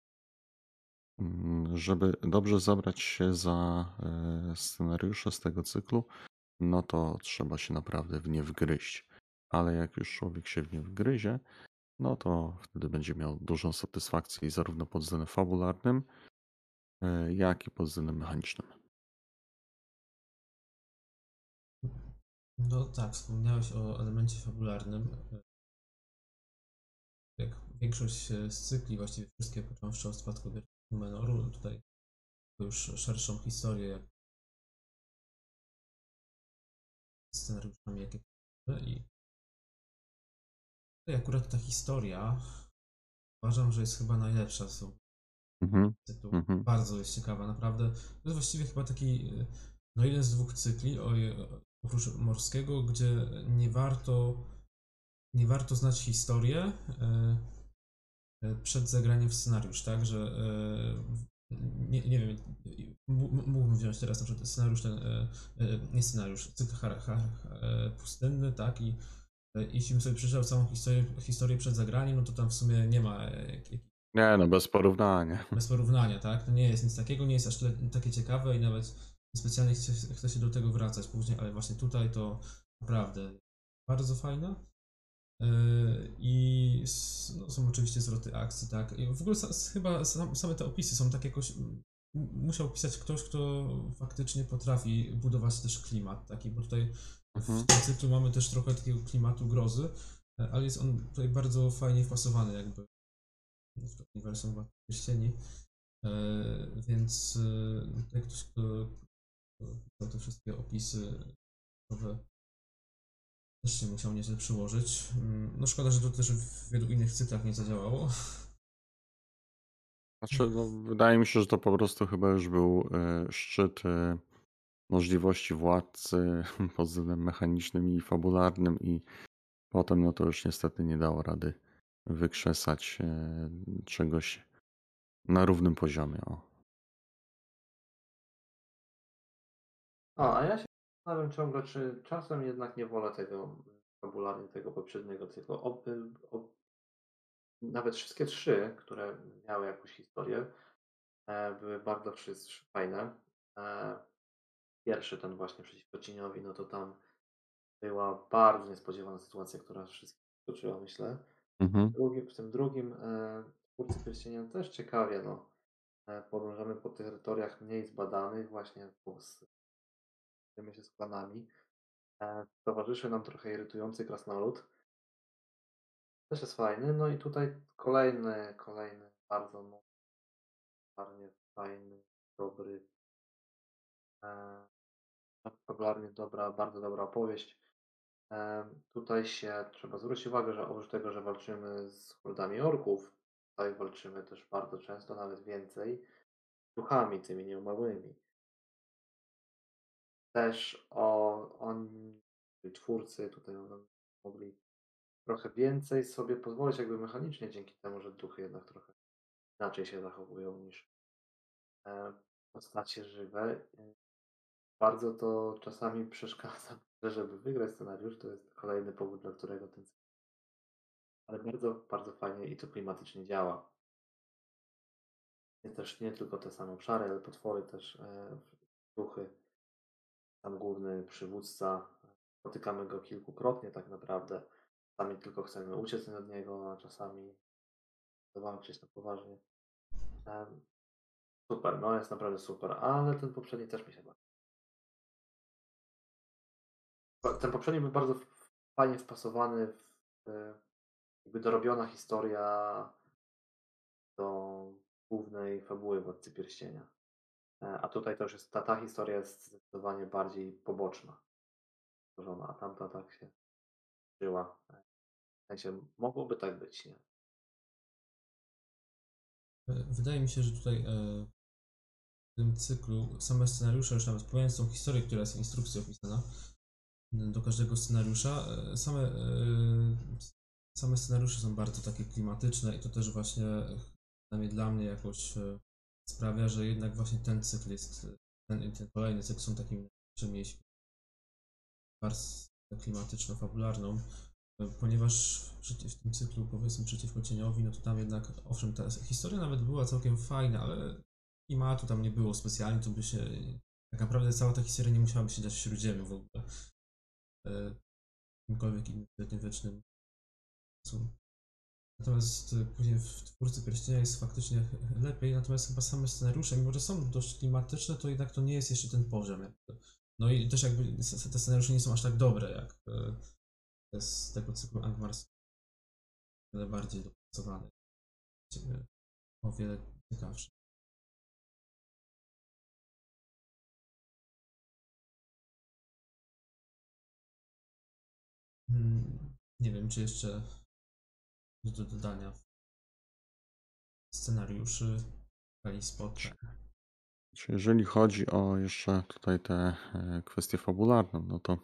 żeby dobrze zabrać się za scenariusze z tego cyklu, no to trzeba się naprawdę w nie wgryźć. Ale jak już człowiek się w nie wgryzie, no to wtedy będzie miał dużą satysfakcję i zarówno pod względem fabularnym, jak i pod względem mechanicznym. No tak, wspomniałeś o elemencie fabularnym. Jak większość z cykli, właściwie wszystkie począwszy od Spadkobierców Numenoru, tutaj już szerszą historię, jak scenariuszami, jakie i tutaj akurat ta historia uważam, że jest chyba najlepsza z Mhm, tytułu. mhm. Bardzo jest ciekawa, naprawdę. To jest właściwie chyba taki, no jeden z dwóch cykli, oprócz morskiego, gdzie nie warto znać historię przed zagraniem w scenariusz, tak, że nie wiem, mógłbym wziąć teraz na przykład scenariusz ten, nie scenariusz, cykl pustynny, tak, i Jeśli bym sobie przeczytał całą historię przed zagraniem, no to tam w sumie nie ma Nie, no bez porównania. bez porównania, tak? To nie jest nic takiego, nie jest aż tyle, takie ciekawe i nawet specjalnie chce się do tego wracać później, ale właśnie tutaj to naprawdę bardzo fajne. I no, są oczywiście zwroty akcji, tak? I w ogóle chyba same te opisy są tak jakoś. Musiał pisać ktoś, kto faktycznie potrafi budować też klimat taki, bo tutaj w tym cyklu mamy też trochę takiego klimatu grozy, ale jest on tutaj bardzo fajnie wpasowany jakby w to uniwersum Władcy Pierścieni. Więc tutaj ktoś, kto pisał te wszystkie opisy, trochę też się musiał nieźle przyłożyć. No szkoda, że to też w wielu innych cyklach nie zadziałało. Znaczy, no, wydaje mi się, że to po prostu chyba już był szczyt możliwości władcy pod względem mechanicznym i fabularnym i potem no to już niestety nie dało rady wykrzesać czegoś na równym poziomie. O. A ja się zastanawiam ciągle, czy czasem jednak nie wolę tego fabularnie tego poprzedniego cyklu. Nawet wszystkie trzy, które miały jakąś historię, były bardzo fajne. Pierwszy, ten właśnie przeciwko cieniowi, no to tam była bardzo niespodziewana sytuacja, która wszystkich zaskoczyła, myślę. Mhm. W tym drugim Twórcy Pierścienia też ciekawie, no. Podążamy po terytoriach mniej zbadanych, właśnie zajmujemy się z klanami. Towarzyszy nam trochę irytujący krasnolud. Też jest fajny. No i tutaj kolejny bardzo bardzo fajny, dobry, fabularnie bardzo dobra opowieść. Tutaj się trzeba zwrócić uwagę, że oprócz tego, że walczymy z hordami orków, tutaj walczymy też bardzo często, nawet więcej, duchami tymi nieumarłymi. Też oni, twórcy, tutaj mogli trochę więcej sobie pozwolić jakby mechanicznie, dzięki temu, że duchy jednak trochę inaczej się zachowują niż postacie żywe. Bardzo to czasami przeszkadza, żeby wygrać scenariusz. To jest kolejny powód, dla którego ten ale bardzo fajnie i to klimatycznie działa. Jest też nie tylko te same obszary, ale potwory też, duchy. Tam główny przywódca, spotykamy go kilkukrotnie tak naprawdę. Czasami tylko chcemy uciec od niego, a czasami zawalczyć na poważnie. Super, no jest naprawdę super, ale ten poprzedni też mi się bardzo. Ten poprzedni był bardzo fajnie wpasowany jakby dorobiona historia do głównej fabuły Władcy Pierścienia. A tutaj to już jest, ta historia jest zdecydowanie bardziej poboczna, stworzona, a tamta tak się żyła. W sensie mogłoby tak być, nie? Wydaje mi się, że tutaj w tym cyklu same scenariusze, już nawet pomijając tą historię, która jest w instrukcji opisana do każdego scenariusza, same scenariusze są bardzo takie klimatyczne i to też właśnie przynajmniej dla mnie jakoś sprawia, że jednak właśnie ten cykl jest, ten kolejny cykl są takimi najlepszymi warstwą klimatyczno-fabularną, ponieważ w tym cyklu, powiedzmy, przeciwko cieniowi, no to tam jednak, owszem, ta historia nawet była całkiem fajna, ale klimatu tam nie było specjalnie, to by się, tak naprawdę cała ta historia nie musiałaby się dziać w Śródziemiu w ogóle, w jakimkolwiek innym średniowiecznym czasu. Natomiast później w Twórcy Pierścienia jest faktycznie lepiej, natomiast chyba same scenariusze, mimo że są dość klimatyczne, to jednak to nie jest jeszcze ten poziom. No i też jakby te scenariusze nie są aż tak dobre, jak z tego cyklu Angmars, wiele bardziej dopracowane, o wiele ciekawsze. Nie wiem, czy jeszcze do dodania scenariuszy, skali spotkań. Jeżeli chodzi o jeszcze tutaj te kwestie fabularne, no to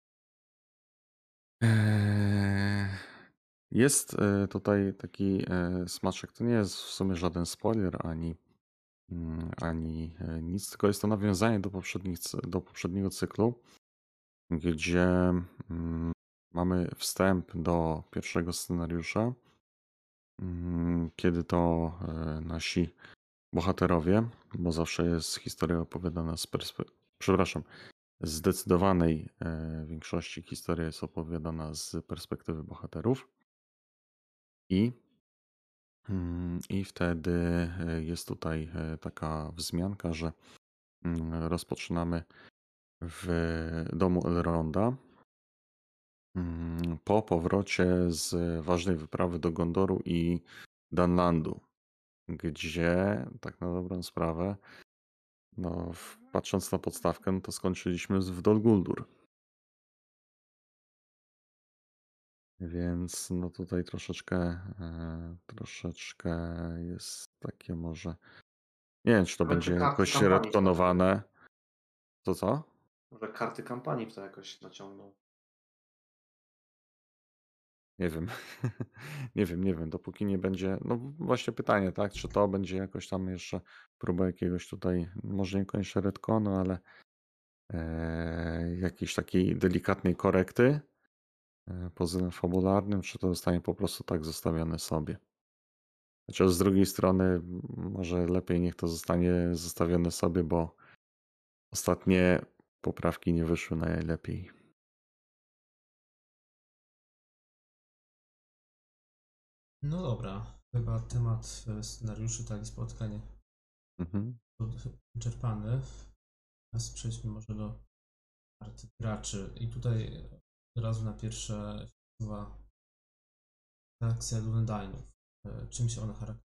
jest tutaj taki smaczek. To nie jest w sumie żaden spoiler ani nic, tylko jest to nawiązanie do poprzedniego cyklu, gdzie mamy wstęp do pierwszego scenariusza, kiedy to nasi bohaterowie, bo zawsze jest historia opowiadana z przepraszam, zdecydowanej większości historia jest opowiadana z perspektywy bohaterów i, i wtedy jest tutaj taka wzmianka, że rozpoczynamy w domu Elronda po powrocie z ważnej wyprawy do Gondoru i Danlandu, gdzie tak na dobrą sprawę, no, patrząc na podstawkę, no to skończyliśmy w Dol Guldur. Więc no tutaj troszeczkę jest takie może. Nie wiem, czy to Może będzie te karty jakoś kampanii w to naciągnął. retkonowane. To co? Może karty kampanii w to jakoś naciągnął. Nie wiem. Nie wiem, dopóki nie będzie. No właśnie pytanie, tak? Czy to będzie jakoś tam jeszcze próba jakiegoś tutaj, może niekoniecznie retconu, ale jakiejś takiej delikatnej korekty pod względem fabularnym, czy to zostanie po prostu tak zostawione sobie. Chociaż z drugiej strony, może lepiej niech to zostanie zostawione sobie, bo ostatnie poprawki nie wyszły najlepiej. No dobra, chyba temat scenariuszy talii spotkań Mhm. wyczerpany. Teraz przejdźmy może do kart graczy. I tutaj od razu na pierwsze słowa reakcja Dunedainów. Czym się one charakteryzują?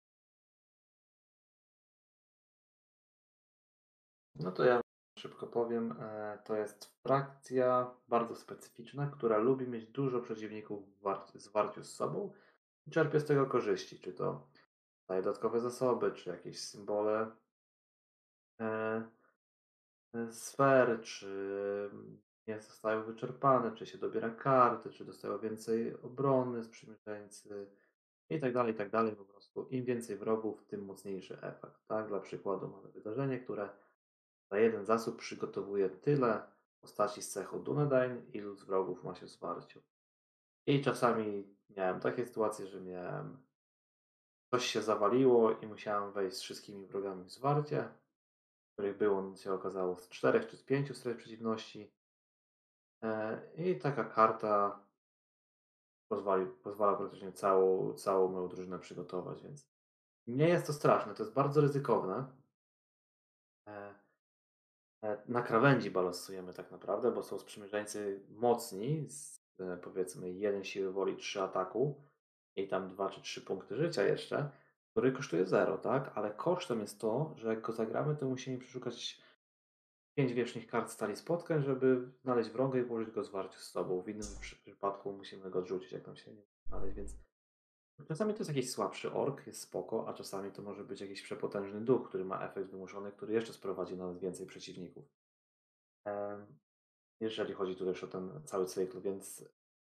No to ja szybko powiem. To jest frakcja bardzo specyficzna, która lubi mieć dużo przeciwników w zwarciu z sobą i czerpie z tego korzyści. Czy to daje dodatkowe zasoby, czy jakieś symbole e, sfer, czy nie zostają wyczerpane, czy się dobiera karty, czy dostają więcej obrony sprzymierzeńcy i tak dalej, i tak dalej. Po prostu im więcej wrogów, tym mocniejszy efekt. Tak? Dla przykładu mamy wydarzenie, które za jeden zasób przygotowuje tyle postaci z cechą Dunedain, ilu z wrogów ma się w zwarciu. I czasami miałem takie sytuacje, że coś się zawaliło i musiałem wejść z wszystkimi wrogami w zwarcie, których było, się okazało, z 4 czy z 5 stref przeciwności. I taka karta pozwala praktycznie całą moją drużynę przygotować, więc nie jest to straszne, to jest bardzo ryzykowne. E, Na krawędzi balansujemy tak naprawdę, bo są sprzymierzeńcy mocni, powiedzmy 1 siły woli, 3 ataku i tam 2 czy 3 punkty życia jeszcze, który kosztuje 0, tak? Ale kosztem jest to, że jak go zagramy, to musimy przeszukać 5 wierzchnych kart stali spotkań, żeby znaleźć wroga i włożyć go w zwarciu z sobą. W innym przypadku musimy go odrzucić, jak tam się nie znaleźć, więc czasami to jest jakiś słabszy ork, jest spoko, a czasami to może być jakiś przepotężny duch, który ma efekt wymuszony, który jeszcze sprowadzi na nas więcej przeciwników. Jeżeli chodzi tu też o ten cały cykl, więc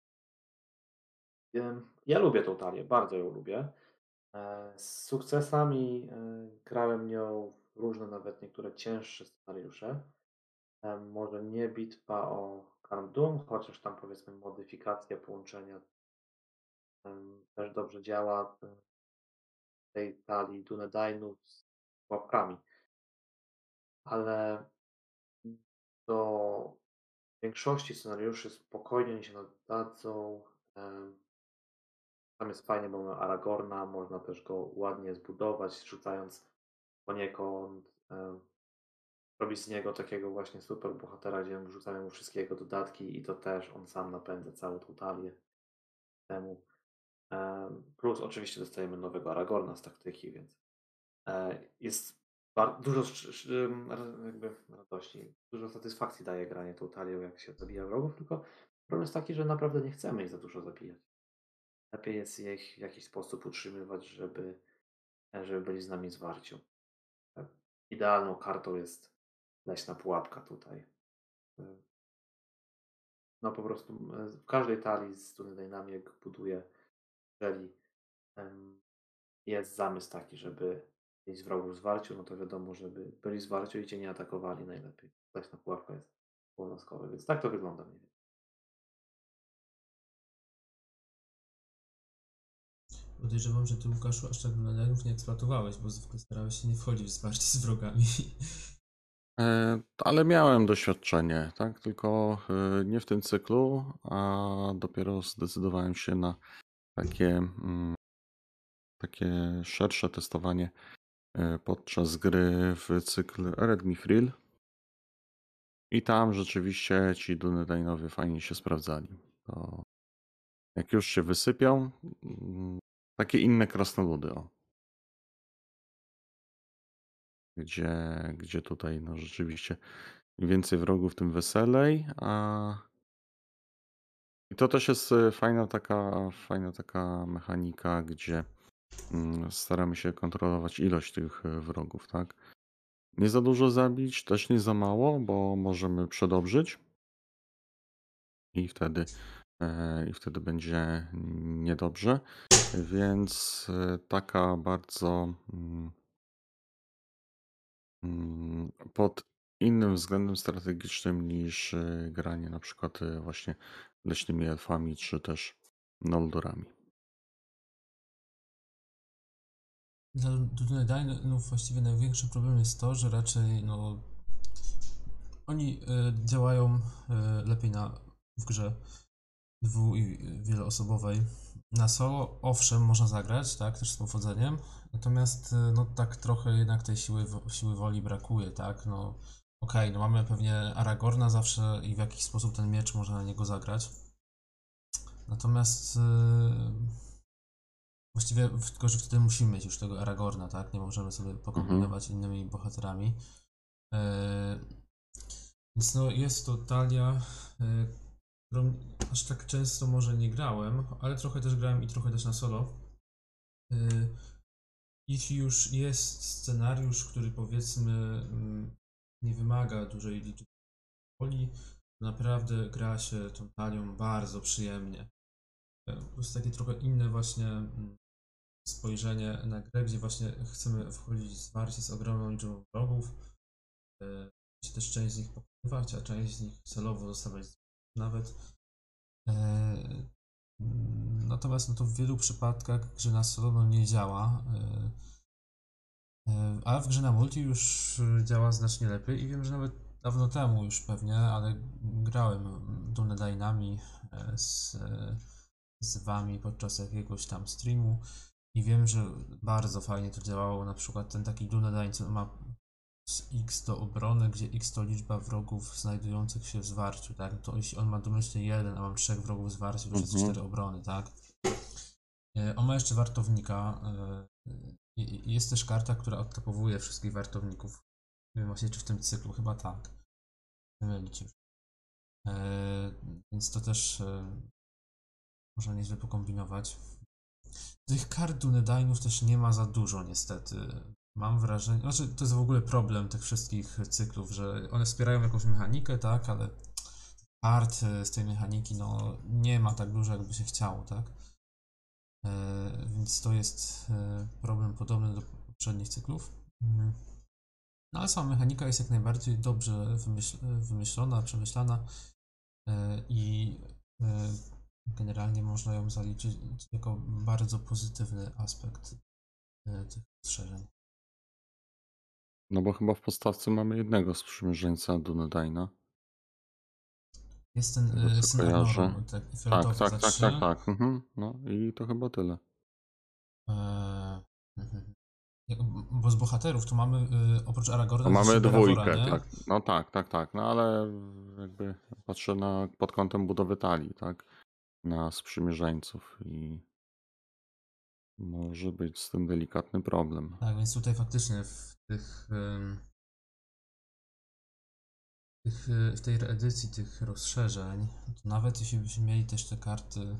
ja lubię tą talię, bardzo ją lubię. Z sukcesami grałem nią w różne, nawet niektóre cięższe scenariusze. Może nie bitwa o Karm Doom, chociaż tam powiedzmy modyfikacja połączenia też dobrze działa w tej talii Dunedainów z pułapkami. Ale do większości scenariuszy spokojnie oni się nadadzą. Tam jest fajnie, bo mamy Aragorna, można też go ładnie zbudować, rzucając poniekąd, robić z niego takiego właśnie super bohatera, gdzie wrzucamy mu wszystkiego dodatki i to też on sam napędza całą tą talię temu. Plus oczywiście dostajemy nowego Aragorna z taktyki, więc jest dużo jakby radości, dużo satysfakcji daje granie tą talią, jak się zabija wrogów, tylko problem jest taki, że naprawdę nie chcemy ich za dużo zabijać. Lepiej jest ich w jakiś sposób utrzymywać, żeby byli z nami w zwarciu. Tak. Idealną kartą jest leśna pułapka tutaj. Y, No po prostu w każdej talii z Dunedainami, jak buduję, jeżeli jest zamysł taki, żeby mieć wrogów w zwarciu, no to wiadomo, żeby byli w zwarciu i cię nie atakowali najlepiej. Leśna pułapka jest obowiązkowa, więc tak to wygląda mniej więcej. Podejrzewam, że ty, Łukaszu, aż tak Dunedinów nie eksploatowałeś, bo zwykle starałeś się nie wchodzić w zwarcie z wrogami. Ale miałem doświadczenie, tak? Tylko nie w tym cyklu, a dopiero zdecydowałem się na takie szersze testowanie podczas gry w cykl Red Mithril. I tam rzeczywiście ci Dunedinowie fajnie się sprawdzali. To jak już się wysypią, takie inne krasnoludy, gdzie tutaj no rzeczywiście im więcej wrogów, tym weselej. I to też jest fajna taka mechanika, gdzie staramy się kontrolować ilość tych wrogów, tak? Nie za dużo zabić, też nie za mało, bo możemy przedobrzyć i wtedy będzie niedobrze. Więc taka bardzo pod innym względem strategicznym niż granie na przykład właśnie leśnymi elfami czy też noldorami. Dla Dunedinów właściwie największy problem jest to, że raczej oni działają lepiej w grze i wieloosobowej. Na solo, owszem, można zagrać, tak, też z powodzeniem, natomiast tak trochę jednak tej siły woli brakuje, tak, okej, mamy pewnie Aragorna zawsze i w jakiś sposób ten miecz można na niego zagrać. Natomiast właściwie tylko, że wtedy musimy mieć już tego Aragorna, tak, nie możemy sobie pokombinować innymi bohaterami. Więc jest to talia, którą aż tak często może nie grałem, ale trochę też grałem i trochę też na solo. Jeśli już jest scenariusz, który powiedzmy nie wymaga dużej liczby woli, to naprawdę gra się tą talią bardzo przyjemnie. Po prostu takie trochę inne właśnie spojrzenie na grę, gdzie właśnie chcemy wchodzić w zwarcie z ogromną liczbą wrogów, też część z nich pokonywać, a część z nich celowo zostawiać nawet. Natomiast to w wielu przypadkach grze na solo nie działa, a w grze na multi już działa znacznie lepiej i wiem, że nawet dawno temu już pewnie, ale grałem Dunedinami z wami podczas jakiegoś tam streamu i wiem, że bardzo fajnie to działało, na przykład ten taki Dunedain, co ma x do obrony, gdzie x to liczba wrogów znajdujących się w zwarciu, tak? To jeśli on ma domyślnie 1, a mam 3 wrogów w zwarciu, to już jest 4 obrony, tak? On ma jeszcze wartownika. Jest też karta, która odtapowuje wszystkich wartowników. Nie wiem właśnie, czy w tym cyklu, chyba tak. Nie mylić już. Więc to też można nieźle pokombinować. Tych kart Dunedainów też nie ma za dużo niestety. Mam wrażenie, znaczy to jest w ogóle problem tych wszystkich cyklów, że one wspierają jakąś mechanikę, tak, ale kart z tej mechaniki nie ma tak dużo, jakby się chciało, tak. Więc to jest problem podobny do poprzednich cyklów. Ale sama mechanika jest jak najbardziej dobrze wymyślona, przemyślana i generalnie można ją zaliczyć jako bardzo pozytywny aspekt tych rozszerzeń. No bo chyba w podstawce mamy jednego sprzymierzeńca Dunedina. Jest ten Tego co syn kojarzę. Arnoru, tak, fioletowy za 3. Tak. No i to chyba tyle. Bo z bohaterów to mamy oprócz Aragorna No mamy też Beravora, dwójkę, nie? tak. No tak. No ale jakby patrzę pod kątem budowy talii, tak? Na sprzymierzeńców i może być z tym delikatny problem. Tak, więc tutaj faktycznie w tej reedycji tych rozszerzeń, to nawet jeśli byśmy mieli też te karty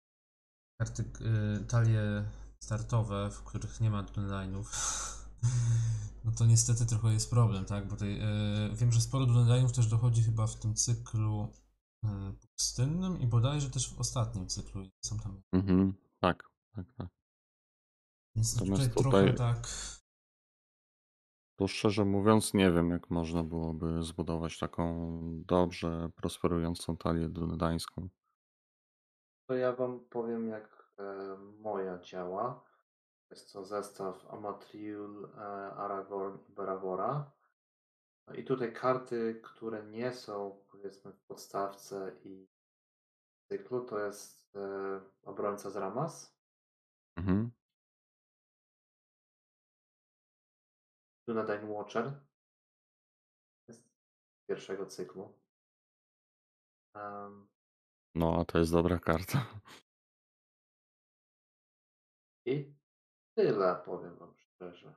talie startowe, w których nie ma Dunedinów, no to niestety trochę jest problem, tak? Bo tutaj wiem, że sporo Dunedinów też dochodzi chyba w tym cyklu pustynnym i bodajże też w ostatnim cyklu są tam. Tak. Więc tutaj Natomiast trochę tak. To szczerze mówiąc, nie wiem, jak można byłoby zbudować taką dobrze prosperującą talię dunedańską. To ja wam powiem, jak moja działa. Jest to zestaw Amatriul, Aragorn i Beravora. No i tutaj karty, które nie są powiedzmy w podstawce i cyklu, to jest Obrońca z Ramas, Mhm. Dunedain Watcher, jest z pierwszego cyklu. No, a to jest dobra karta. I tyle, powiem wam szczerze.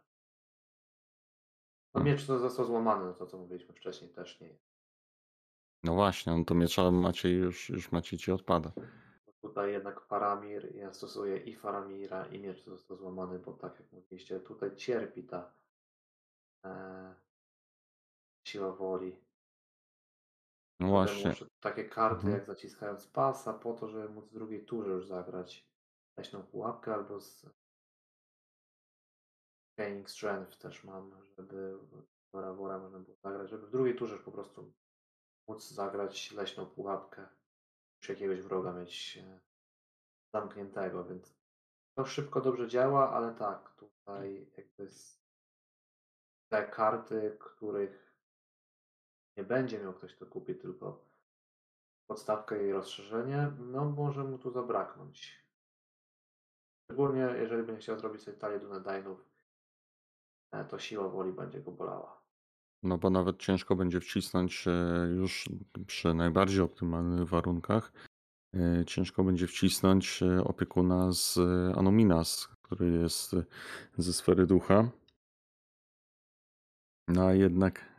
No Hmm. miecz to został złamany, no to co mówiliśmy wcześniej też nie jest. No właśnie, no to miecza macie już macie ci odpada. Tutaj jednak Faramir, ja stosuję i Faramira i miecz został złamany, bo tak jak mówiliście, tutaj cierpi ta e, siła woli. No Tutaj właśnie. muszę takie karty Mhm. jak zaciskając pasa po to, żeby móc w drugiej turze już zagrać leśną pułapkę albo z Gaining Strength też mam, żeby Wora można było zagrać, żeby w drugiej turze już po prostu móc zagrać leśną pułapkę, już jakiegoś wroga mieć zamkniętego, więc to szybko dobrze działa, ale tak, tutaj jakby te karty, których nie będzie miał ktoś, kto kupi tylko podstawkę i rozszerzenie, no może mu tu zabraknąć. Szczególnie jeżeli będzie chciał zrobić sobie talię Dunedainów, to siła woli będzie go bolała. No bo nawet ciężko będzie wcisnąć już przy najbardziej optymalnych warunkach. Ciężko będzie wcisnąć opiekuna z Anuminas, który jest ze sfery ducha. No a jednak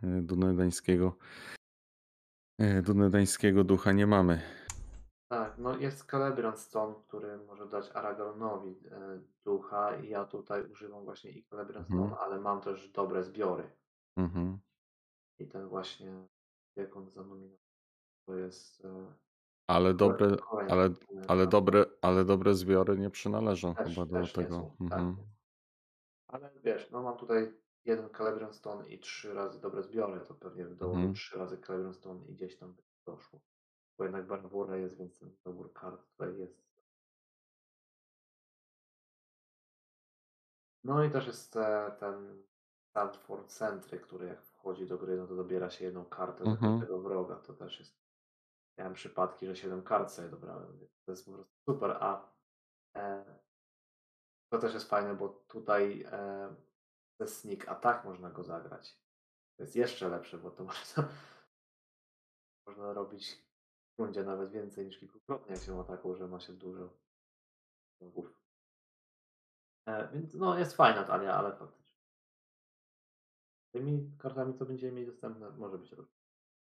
dunedańskiego ducha nie mamy. Tak, no jest Celebriant Stone, który może dać Aragornowi ducha i ja tutaj używam właśnie i Celebriant Mhm. Stone, ale mam też dobre zbiory. Mhm. I ten właśnie Wiekon Zanuminów to jest Ale dobre, kolejna ale, karta. ale dobre zbiory nie przynależą chyba do Też nie tego. są, tak. Mhm. Ale wiesz, no mam tutaj jeden Celebriant Stone i 3 razy dobre zbiory, to pewnie bym dołożył Mhm. 3 razy Celebriant Stone i gdzieś tam by doszło. Bo jednak Bravura jest, więc ten dobór kart tutaj jest. No i też jest ten Sandford Sentry, który jak wchodzi do gry, no to dobiera się jedną kartę za Mhm. każdego wroga. To też jest. Miałem przypadki, że 7 kart sobie dobrałem, więc to jest po prostu super. A e, to też jest fajne, bo tutaj ze Sneak Attack można go zagrać. To jest jeszcze lepsze, bo to można robić w rundzie nawet więcej niż kilkukrotnie, jak się ma taką, że ma się dużo wrogów. Więc no jest fajna talia, ale faktycznie. Tymi kartami, co będziemy mieli dostępne, może być różnie.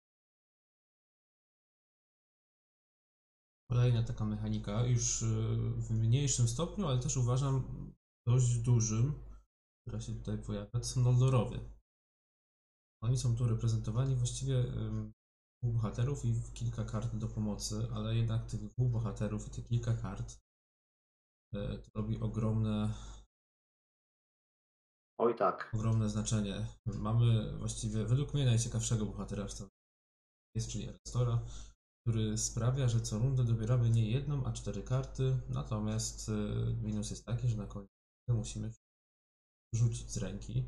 Kolejna taka mechanika, już w mniejszym stopniu, ale też uważam dość dużym, która się tutaj pojawia, to są Noldorowie. Oni są tu reprezentowani właściwie dwóch bohaterów i kilka kart do pomocy, ale jednak tych dwóch bohaterów i te kilka kart to robi Oj tak. ogromne znaczenie. Mamy właściwie według mnie najciekawszego bohatera w całym jest, czyli Erestora, który sprawia, że co rundę dobieramy nie jedną, a 4 karty, natomiast minus jest taki, że na koniec musimy rzucić z ręki.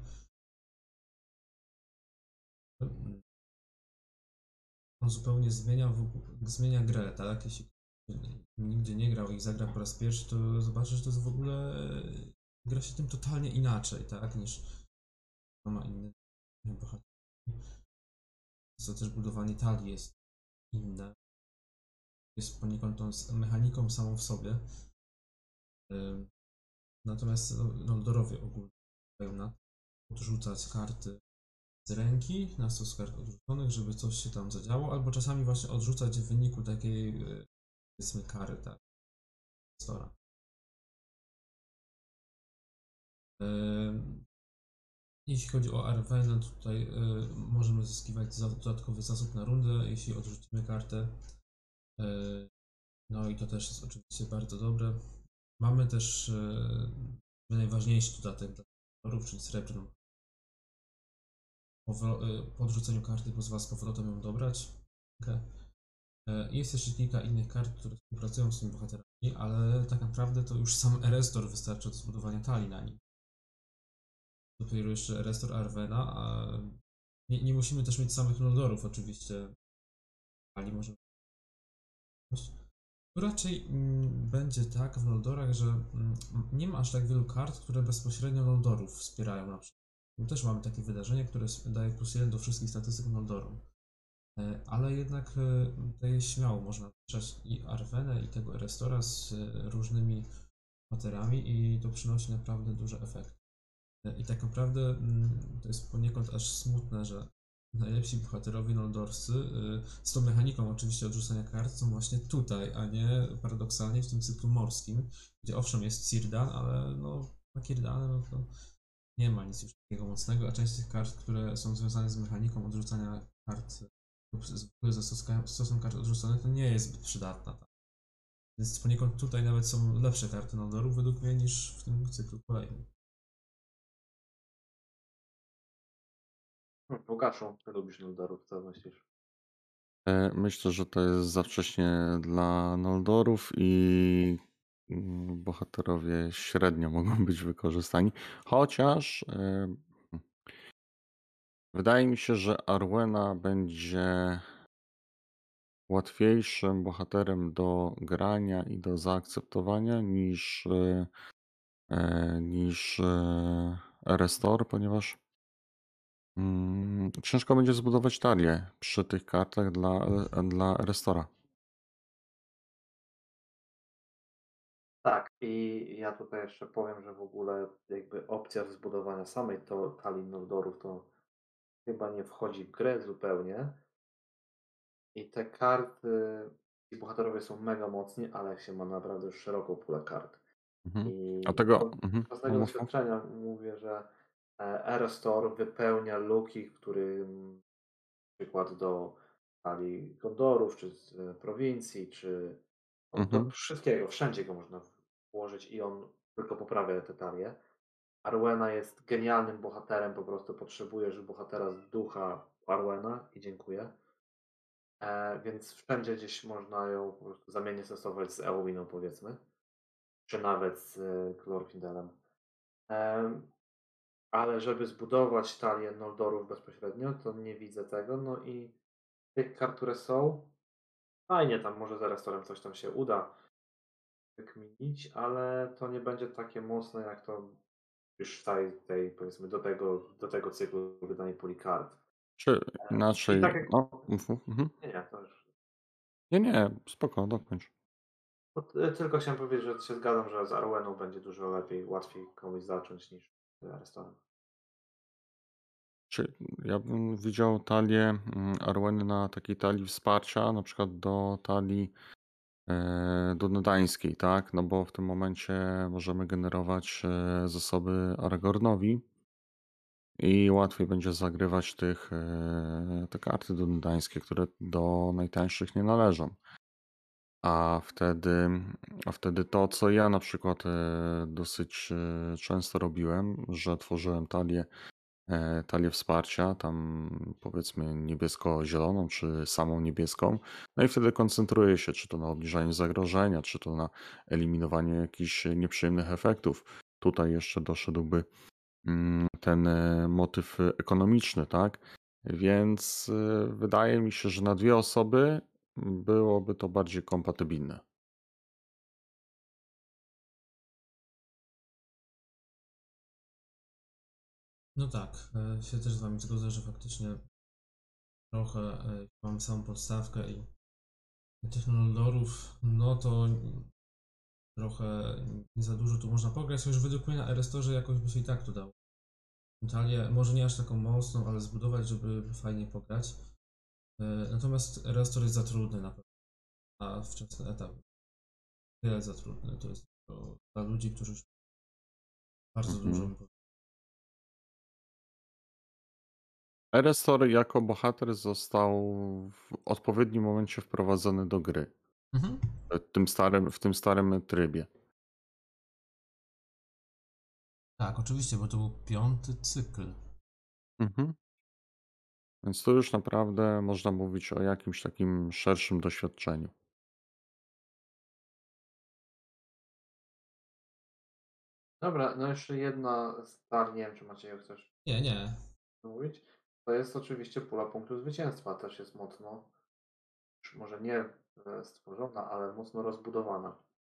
On zupełnie zmienia grę, tak? Jeśli nigdzie nie grał i zagra po raz pierwszy, to zobaczy, że to jest w ogóle gra się tym totalnie inaczej, tak? Niż ma innych bohaterów. Co też budowanie talii jest inne. Jest poniekąd tą mechaniką samą w sobie. Natomiast Noldorowie ogólnie mają na odrzucać karty z ręki na stos kart odrzuconych, żeby coś się tam zadziało, albo czasami właśnie odrzucać w wyniku takiej powiedzmy kary, tak, stora. Jeśli chodzi o Arwenę, tutaj możemy zyskiwać dodatkowy zasób na rundę, jeśli odrzucimy kartę. No i to też jest oczywiście bardzo dobre. Mamy też najważniejszy dodatek dla torów, czyli srebrną. Po odrzuceniu karty pozwala z powrotem ją dobrać. Okay. Jest jeszcze kilka innych kart, które współpracują z tymi bohaterami, ale tak naprawdę to już sam Erestor wystarczy do zbudowania talii na nim. Dopiero jeszcze Erestor Arwena, a nie musimy też mieć samych Noldorów oczywiście. Talii możemy. Tu raczej będzie tak w Noldorach, że nie ma aż tak wielu kart, które bezpośrednio Noldorów wspierają na przykład. Tu też mamy takie wydarzenie, które daje +1 do wszystkich statystyk Noldoru. Ale jednak tutaj śmiało można mieszać i Arwenę, i tego Erestora z różnymi bohaterami i to przynosi naprawdę duży efekt. I tak naprawdę to jest poniekąd aż smutne, że najlepsi bohaterowie noldorscy z tą mechaniką oczywiście odrzucania kart są właśnie tutaj, a nie paradoksalnie w tym cyklu morskim, gdzie owszem jest Círdan, ale no na Círdan no to nie ma nic już takiego mocnego, a część z tych kart, które są związane z mechaniką odrzucania kart lub w ogóle ze stosem kart odrzuconych, to nie jest zbyt przydatna. Tak? Więc poniekąd tutaj nawet są lepsze karty Noldoru według mnie niż w tym cyklu kolejnym. Łukaszu, ty lubisz Noldorów, co myślisz? Myślę, że to jest za wcześnie dla Noldorów i bohaterowie średnio mogą być wykorzystani. Chociaż wydaje mi się, że Arwena będzie łatwiejszym bohaterem do grania i do zaakceptowania niż Erestor, ponieważ ciężko będzie zbudować talię przy tych kartach dla Erestora. Tak, i ja tutaj jeszcze powiem, że w ogóle jakby opcja zbudowania samej talii Noldorów to chyba nie wchodzi w grę zupełnie. I te karty, ci bohaterowie są mega mocni, ale się ma naprawdę szeroką pulę kart. Mhm. A I tego, z własnego mów, mów. doświadczenia mówię, że Erestor wypełnia luki, w którym przykład do talii Gondorów, czy z prowincji, czy no, do Mhm. wszystkiego, wszędzie go można włożyć i on tylko poprawia te talie. Arwena jest genialnym bohaterem, po prostu potrzebujesz bohatera z ducha Arwena i dziękuję. Więc wszędzie gdzieś można ją po prostu zamiennie stosować z Eowiną powiedzmy, czy nawet z Glorfindelem. Ale żeby zbudować talię Noldorów bezpośrednio, to nie widzę tego. No i tych kart, które są, fajnie tam może za restaurem coś tam się uda wykminić, ale to nie będzie takie mocne jak to już w całej tej, powiedzmy, do tego cyklu wydanej puli kart. Czy I inaczej, tak jak. no, mów, mów. Mhm. Nie, to już. Nie, nie, spoko, dokończ. Tylko chciałem powiedzieć, że się zgadzam, że z Arweną będzie dużo lepiej, łatwiej komuś zacząć niż z Arestorem. Czy ja bym widział talię Arweny na takiej talii wsparcia, na przykład do talii dunedańskiej, tak? No bo w tym momencie możemy generować zasoby Aragornowi i łatwiej będzie zagrywać te karty dunedańskie, które do najtańszych nie należą. A wtedy, a wtedy to, co ja na przykład dosyć często robiłem, że tworzyłem talię wsparcia, tam powiedzmy niebiesko-zieloną, czy samą niebieską. No i wtedy koncentruję się, czy to na obniżaniu zagrożenia, czy to na eliminowaniu jakichś nieprzyjemnych efektów. Tutaj jeszcze doszedłby ten motyw ekonomiczny, tak? Więc wydaje mi się, że na dwie osoby byłoby to bardziej kompatybilne. No tak, się też z Wami zgodzę, że faktycznie trochę mamy samą podstawkę i tych Noldorów, no to trochę nie za dużo tu można pograć, choć według mnie na Erestorze jakoś by się i tak to dało. Talię, może nie aż taką mocną, ale zbudować, żeby fajnie pograć. Natomiast Erestor jest za trudny na pewno na wczesny etap. Tyle za trudny, to jest to dla ludzi, którzy już bardzo dużo Mhm. Erestor jako bohater został w odpowiednim momencie wprowadzony do gry. Mhm. W tym starym trybie. Tak, oczywiście, bo to był 5. cykl. Mhm. Więc tu już naprawdę można mówić o jakimś takim szerszym doświadczeniu. Dobra, no jeszcze jedna star, nie wiem czy Macieju chcesz Nie, nie. mówić. To jest oczywiście pula punktu zwycięstwa, też jest mocno, już może nie stworzona, ale mocno rozbudowana.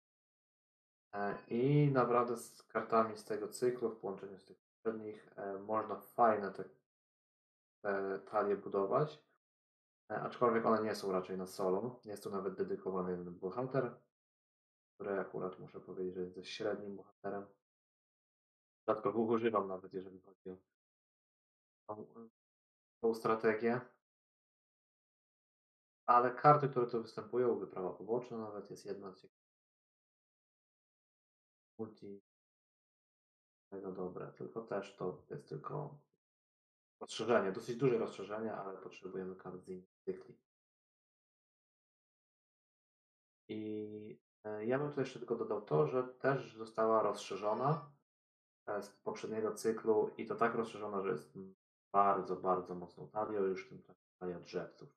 I naprawdę z kartami z tego cyklu w połączeniu z tych poprzednich można fajne te talie budować. Aczkolwiek one nie są raczej na solo. Jest tu nawet dedykowany jeden bohater, który akurat muszę powiedzieć, że jest dość średnim bohaterem. Rzadko go używam nawet, jeżeli chodzi o tą strategię. Ale karty, które tu występują, wyprawa poboczna nawet jest jedna multi tego dobre, tylko też to jest tylko rozszerzenie, dosyć duże rozszerzenie, ale potrzebujemy kart z innych cykli. I ja bym tu jeszcze tylko dodał to, że też została rozszerzona z poprzedniego cyklu i to tak rozszerzona, że jest bardzo, bardzo mocną talią, już tym talia drzewców,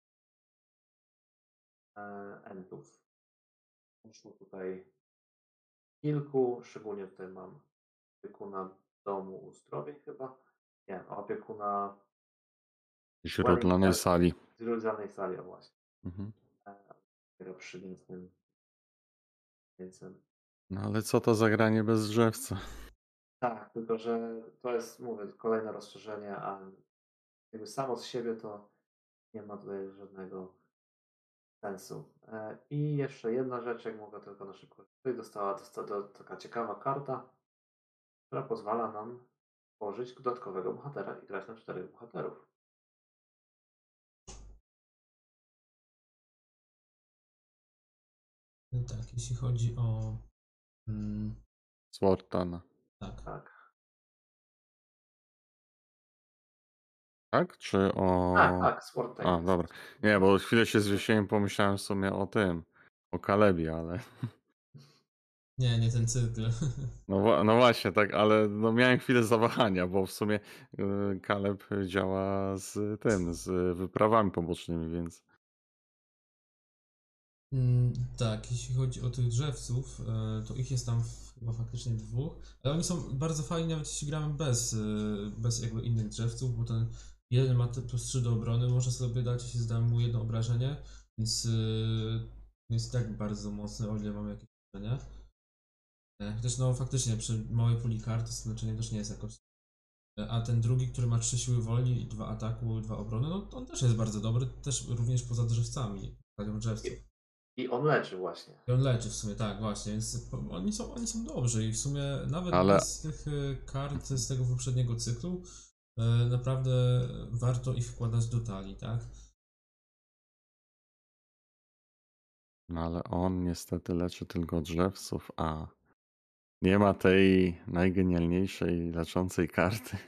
entów. Poszło tutaj kilku, szczególnie tutaj mam opiekuna domu Uzdrowień chyba, nie, opiekuna Źródlanej sali. Źródlanej sali, o właśnie, Mhm. przylicznym, więc No ale co to za granie bez drzewca? tak, tylko że to jest, mówię, kolejne rozszerzenie, a jakby samo z siebie to nie ma tutaj żadnego sensu. I jeszcze jedna rzecz, jak mogę tylko na szybko. Tutaj dostała taka ciekawa karta, która pozwala nam tworzyć dodatkowego bohatera i grać na 4 bohaterów. Tak, jeśli chodzi o... Złotana. tak. Tak. Tak? Czy o... Tak, Sword Time A, jest. dobra. Nie, bo chwilę się zwiesiłem, pomyślałem w sumie o tym, o Kalebie, ale... Nie ten cykl. No właśnie, tak, ale no miałem chwilę zawahania, bo w sumie Kaleb działa z tym, z wyprawami pobocznymi, więc... Tak, jeśli chodzi o tych drzewców, to ich jest tam chyba faktycznie 2, ale oni są bardzo fajni, nawet jeśli gramy bez jakby innych drzewców, bo ten jeden ma plus 3 do obrony, może sobie dać, jeśli zdam mu jedno obrażenie, więc jest tak bardzo mocny, o ile mam jakieś obrażenia. Chociaż no faktycznie przy małej puli kart to znaczenie też nie jest jakoś. A ten drugi, który ma 3 siły woli i 2 ataku, 2 obrony, no to on też jest bardzo dobry, też również poza drzewcami, stadium drzewców. I on leczy właśnie. I on leczy w sumie, tak, właśnie, więc oni są dobrzy i w sumie nawet Ale- bez tych kart z tego poprzedniego cyklu naprawdę warto ich wkładać do talii, tak? No ale on niestety leczy tylko drzewców, a nie ma tej najgenialniejszej leczącej karty.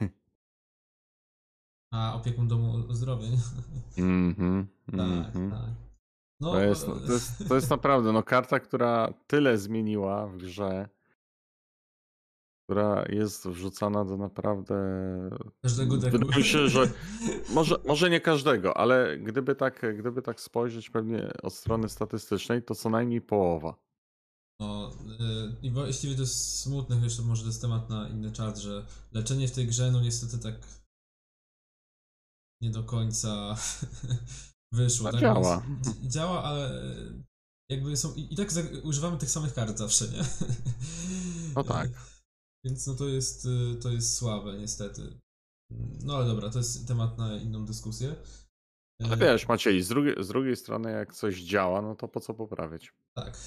A opiekun domu uzdrowień. Mhm, Tak, mhm. tak. No, To jest naprawdę no, karta, która tyle zmieniła w grze, która jest wrzucana do naprawdę... każdego deku. Wydaje mi się, że może nie każdego, ale gdyby tak spojrzeć pewnie od strony statystycznej, to co najmniej połowa. No, i właściwie to jest smutne, jeszcze może to jest temat na inny czas, że leczenie w tej grze, no niestety tak nie do końca wyszło. A Tak? działa. Działa, ale jakby są i tak używamy tych samych kart zawsze, nie? No tak. Więc no to jest słabe niestety. No ale dobra, to jest temat na inną dyskusję. Ale wiesz, Maciej, z drugiej strony jak coś działa, no to po co poprawiać? Tak.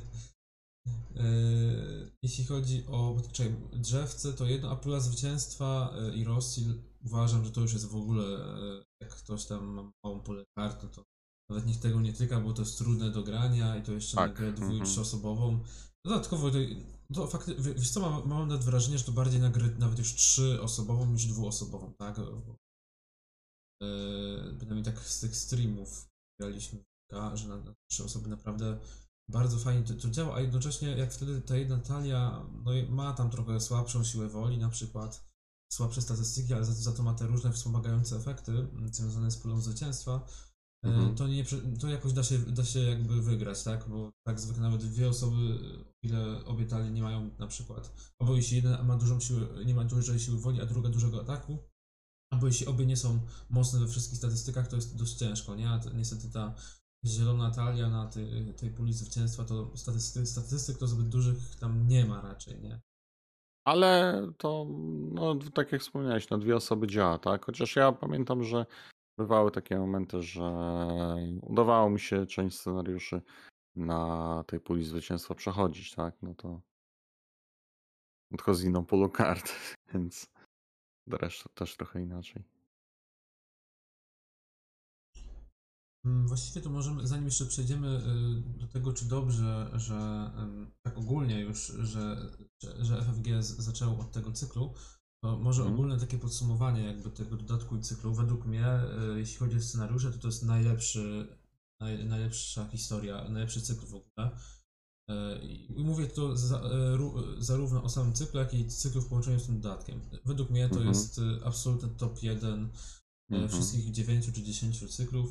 Jeśli chodzi o drzewce, to jedno, a pula zwycięstwa i Rossil uważam, że to już jest w ogóle, jak ktoś tam ma małą pulę kart, no to nawet nikt tego nie tyka, bo to jest trudne do grania i to jeszcze na Tak, grę dwu- i mhm. trzyosobową. Dodatkowo to faktycznie, wiesz co, mam nawet wrażenie, że to bardziej na grę nawet już 3-osobową niż 2-osobową, tak? Przynajmniej tak z tych streamów graliśmy, że na 3 osoby naprawdę bardzo fajnie to działa, a jednocześnie jak wtedy ta jedna talia no, ma tam trochę słabszą siłę woli na przykład, słabsze statystyki, ale za to ma te różne wspomagające efekty związane z pulą zwycięstwa, Mhm. to jakoś da się jakby wygrać, tak? Bo tak zwykle nawet dwie osoby, o ile obie talie nie mają na przykład, albo jeśli jeden ma dużą siłę, nie ma dużej siły woli, a druga dużego ataku, albo jeśli obie nie są mocne we wszystkich statystykach, to jest dość ciężko, nie? A niestety ta zielona talia na tej puli zwycięstwa, to statystyk to zbyt dużych tam nie ma raczej, nie? Ale to, no, tak jak wspomniałeś, na dwie osoby działa, tak? Chociaż ja pamiętam, że bywały takie momenty, że udawało mi się część scenariuszy na tej puli zwycięstwa przechodzić, tak? No to tylko z inną pulą kart, więc reszta też trochę inaczej. Właściwie to możemy, zanim jeszcze przejdziemy do tego, czy dobrze, że tak ogólnie już, że FFG zaczęło od tego cyklu, to może Mhm. ogólne takie podsumowanie jakby tego dodatku i cyklu. Według mnie, jeśli chodzi o scenariusze, to jest najlepsza historia, najlepszy cykl w ogóle. I mówię to zarówno o samym cyklu, jak i cyklu w połączeniu z tym dodatkiem. Według mnie to Mhm. jest absolutny top 1 Mhm. wszystkich 9 czy 10 cyklów.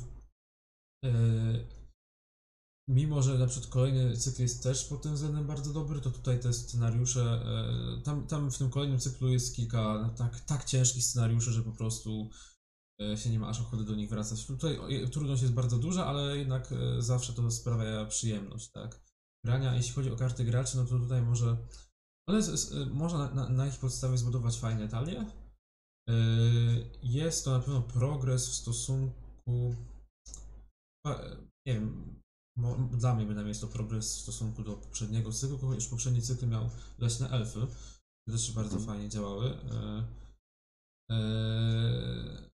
Mimo, że na przykład kolejny cykl jest też pod tym względem bardzo dobry, to tutaj te scenariusze, tam w tym kolejnym cyklu jest kilka tak ciężkich scenariuszy, że po prostu się nie ma aż ochoty do nich wracać. Tutaj trudność jest bardzo duża, ale jednak zawsze to sprawia przyjemność, tak? Grania, jeśli chodzi o karty graczy, no to tutaj można na ich podstawie zbudować fajne talie. Jest to na pewno progres w stosunku, nie wiem, dla mnie bynajmniej jest to progres w stosunku do poprzedniego cyklu, ponieważ poprzedni cykl miał leśne elfy, które też bardzo Mhm. fajnie działały. E,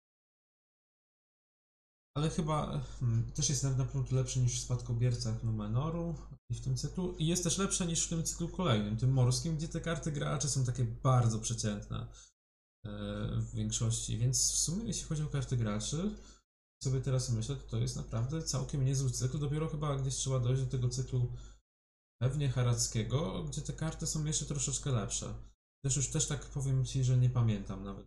Ale chyba też jest na pewno lepszy niż w Spadkobiercach Numenoru i w tym cyklu. I jest też lepsze niż w tym cyklu kolejnym, tym morskim, gdzie te karty graczy są takie bardzo przeciętne w większości. Więc w sumie jeśli chodzi o karty graczy, sobie teraz myślę, to jest naprawdę całkiem niezły cykl. Dopiero chyba gdzieś trzeba dojść do tego cyklu pewnie harackiego, gdzie te karty są jeszcze troszeczkę lepsze. Też tak powiem ci, że nie pamiętam nawet.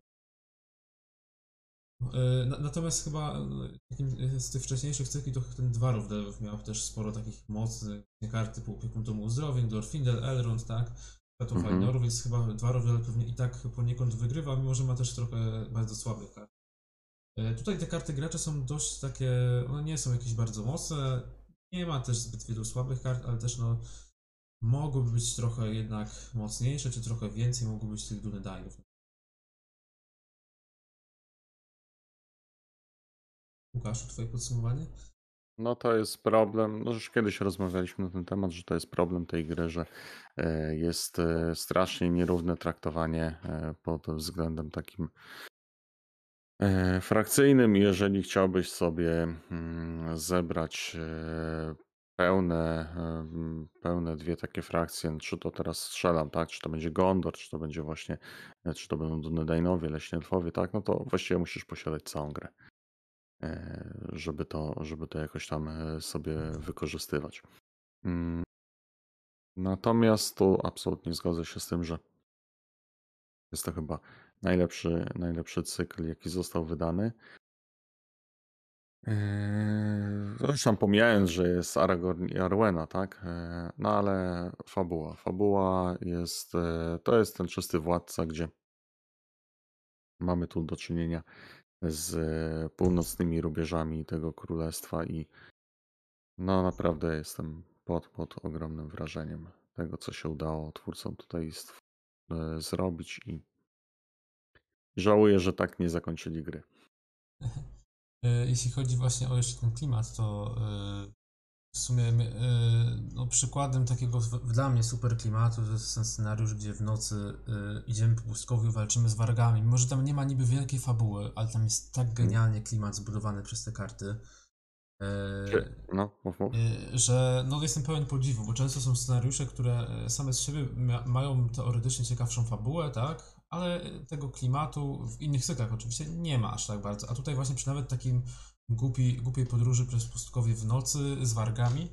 Natomiast chyba z tych wcześniejszych cykli to ten Dwarów Delwów miał też sporo takich mocnych kart typu Opiekun Domu Uzdrowień, Glorfindel, Elrond, tak? To Mhm. Fajnoru, więc chyba Dwarów Delwów pewnie i tak poniekąd wygrywa, mimo że ma też trochę bardzo słabych kart. Tutaj te karty gracze są dość takie, one nie są jakieś bardzo mocne, nie ma też zbyt wielu słabych kart, ale też no mogłyby być trochę jednak mocniejsze, czy trochę więcej mogło być tych Dunedainów. Łukaszu, twoje podsumowanie? No to jest problem, no już kiedyś rozmawialiśmy na ten temat, że to jest problem tej gry, że jest strasznie nierówne traktowanie pod względem takim frakcyjnym. Jeżeli chciałbyś sobie zebrać pełne dwie takie frakcje, czy to teraz strzelam, tak? Czy to będzie Gondor, czy to będzie właśnie, czy to będą Dunedainowie, Leśni Elfowie, tak? No to właściwie musisz posiadać całą grę, żeby to jakoś tam sobie wykorzystywać. Mm, Natomiast tu absolutnie zgodzę się z tym, że jest to chyba najlepszy cykl, jaki został wydany. Zresztą tam pomijając, że jest Aragorn i Arwena, tak? No ale fabuła. Fabuła jest, to jest ten czysty władca, gdzie mamy tu do czynienia z północnymi rubieżami tego królestwa i no naprawdę jestem pod ogromnym wrażeniem tego, co się udało twórcom tutaj zrobić i żałuję, że tak nie zakończyli gry. Jeśli chodzi właśnie o jeszcze ten klimat, to w sumie no, przykładem takiego dla mnie super klimatu to jest ten scenariusz, gdzie w nocy idziemy po pustkowiu, walczymy z wargami. Mimo że tam nie ma niby wielkiej fabuły, ale tam jest tak Mhm. genialnie klimat zbudowany przez te karty, No, mów. że no, jestem pełen podziwu, bo często są scenariusze, które same z siebie mają teoretycznie ciekawszą fabułę, tak? Ale tego klimatu w innych cyklach oczywiście nie ma aż tak bardzo. A tutaj właśnie przy nawet takim głupiej podróży przez pustkowie w nocy z wargami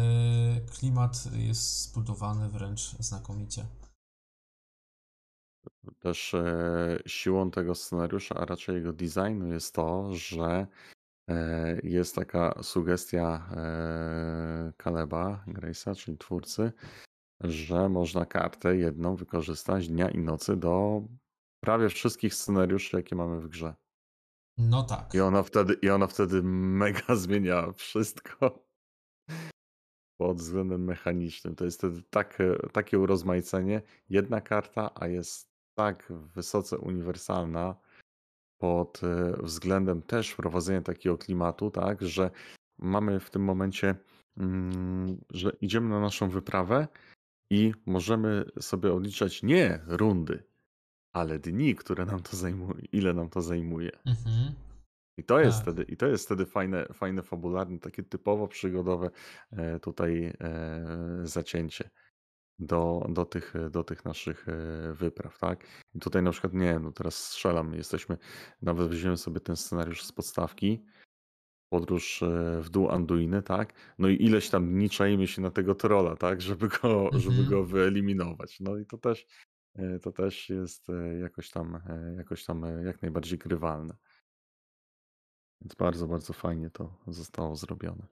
klimat jest zbudowany wręcz znakomicie. Też siłą tego scenariusza, a raczej jego designu jest to, że jest taka sugestia Kaleba Grace'a, czyli twórcy, że można kartę jedną wykorzystać dnia i nocy do prawie wszystkich scenariuszy, jakie mamy w grze. No I tak. ona wtedy mega zmienia wszystko pod względem mechanicznym. To jest wtedy takie urozmaicenie. Jedna karta, a jest tak wysoce uniwersalna pod względem też wprowadzenia takiego klimatu, tak, że mamy w tym momencie, że idziemy na naszą wyprawę i możemy sobie odliczać nie rundy, ale dni, które nam to zajmuje, ile nam to zajmuje. Mhm. I Tak. to jest wtedy fajne fabularne, takie typowo przygodowe tutaj zacięcie do tych naszych wypraw, tak? I tutaj na przykład, nie, no teraz strzelam, nawet weźmiemy sobie ten scenariusz z podstawki, podróż w dół Anduiny, tak? No i ileś tam dni czaimy się na tego trolla, tak? Żeby Mhm. go wyeliminować. No i to też jest jakoś tam jak najbardziej grywalne. Więc bardzo, bardzo fajnie to zostało zrobione.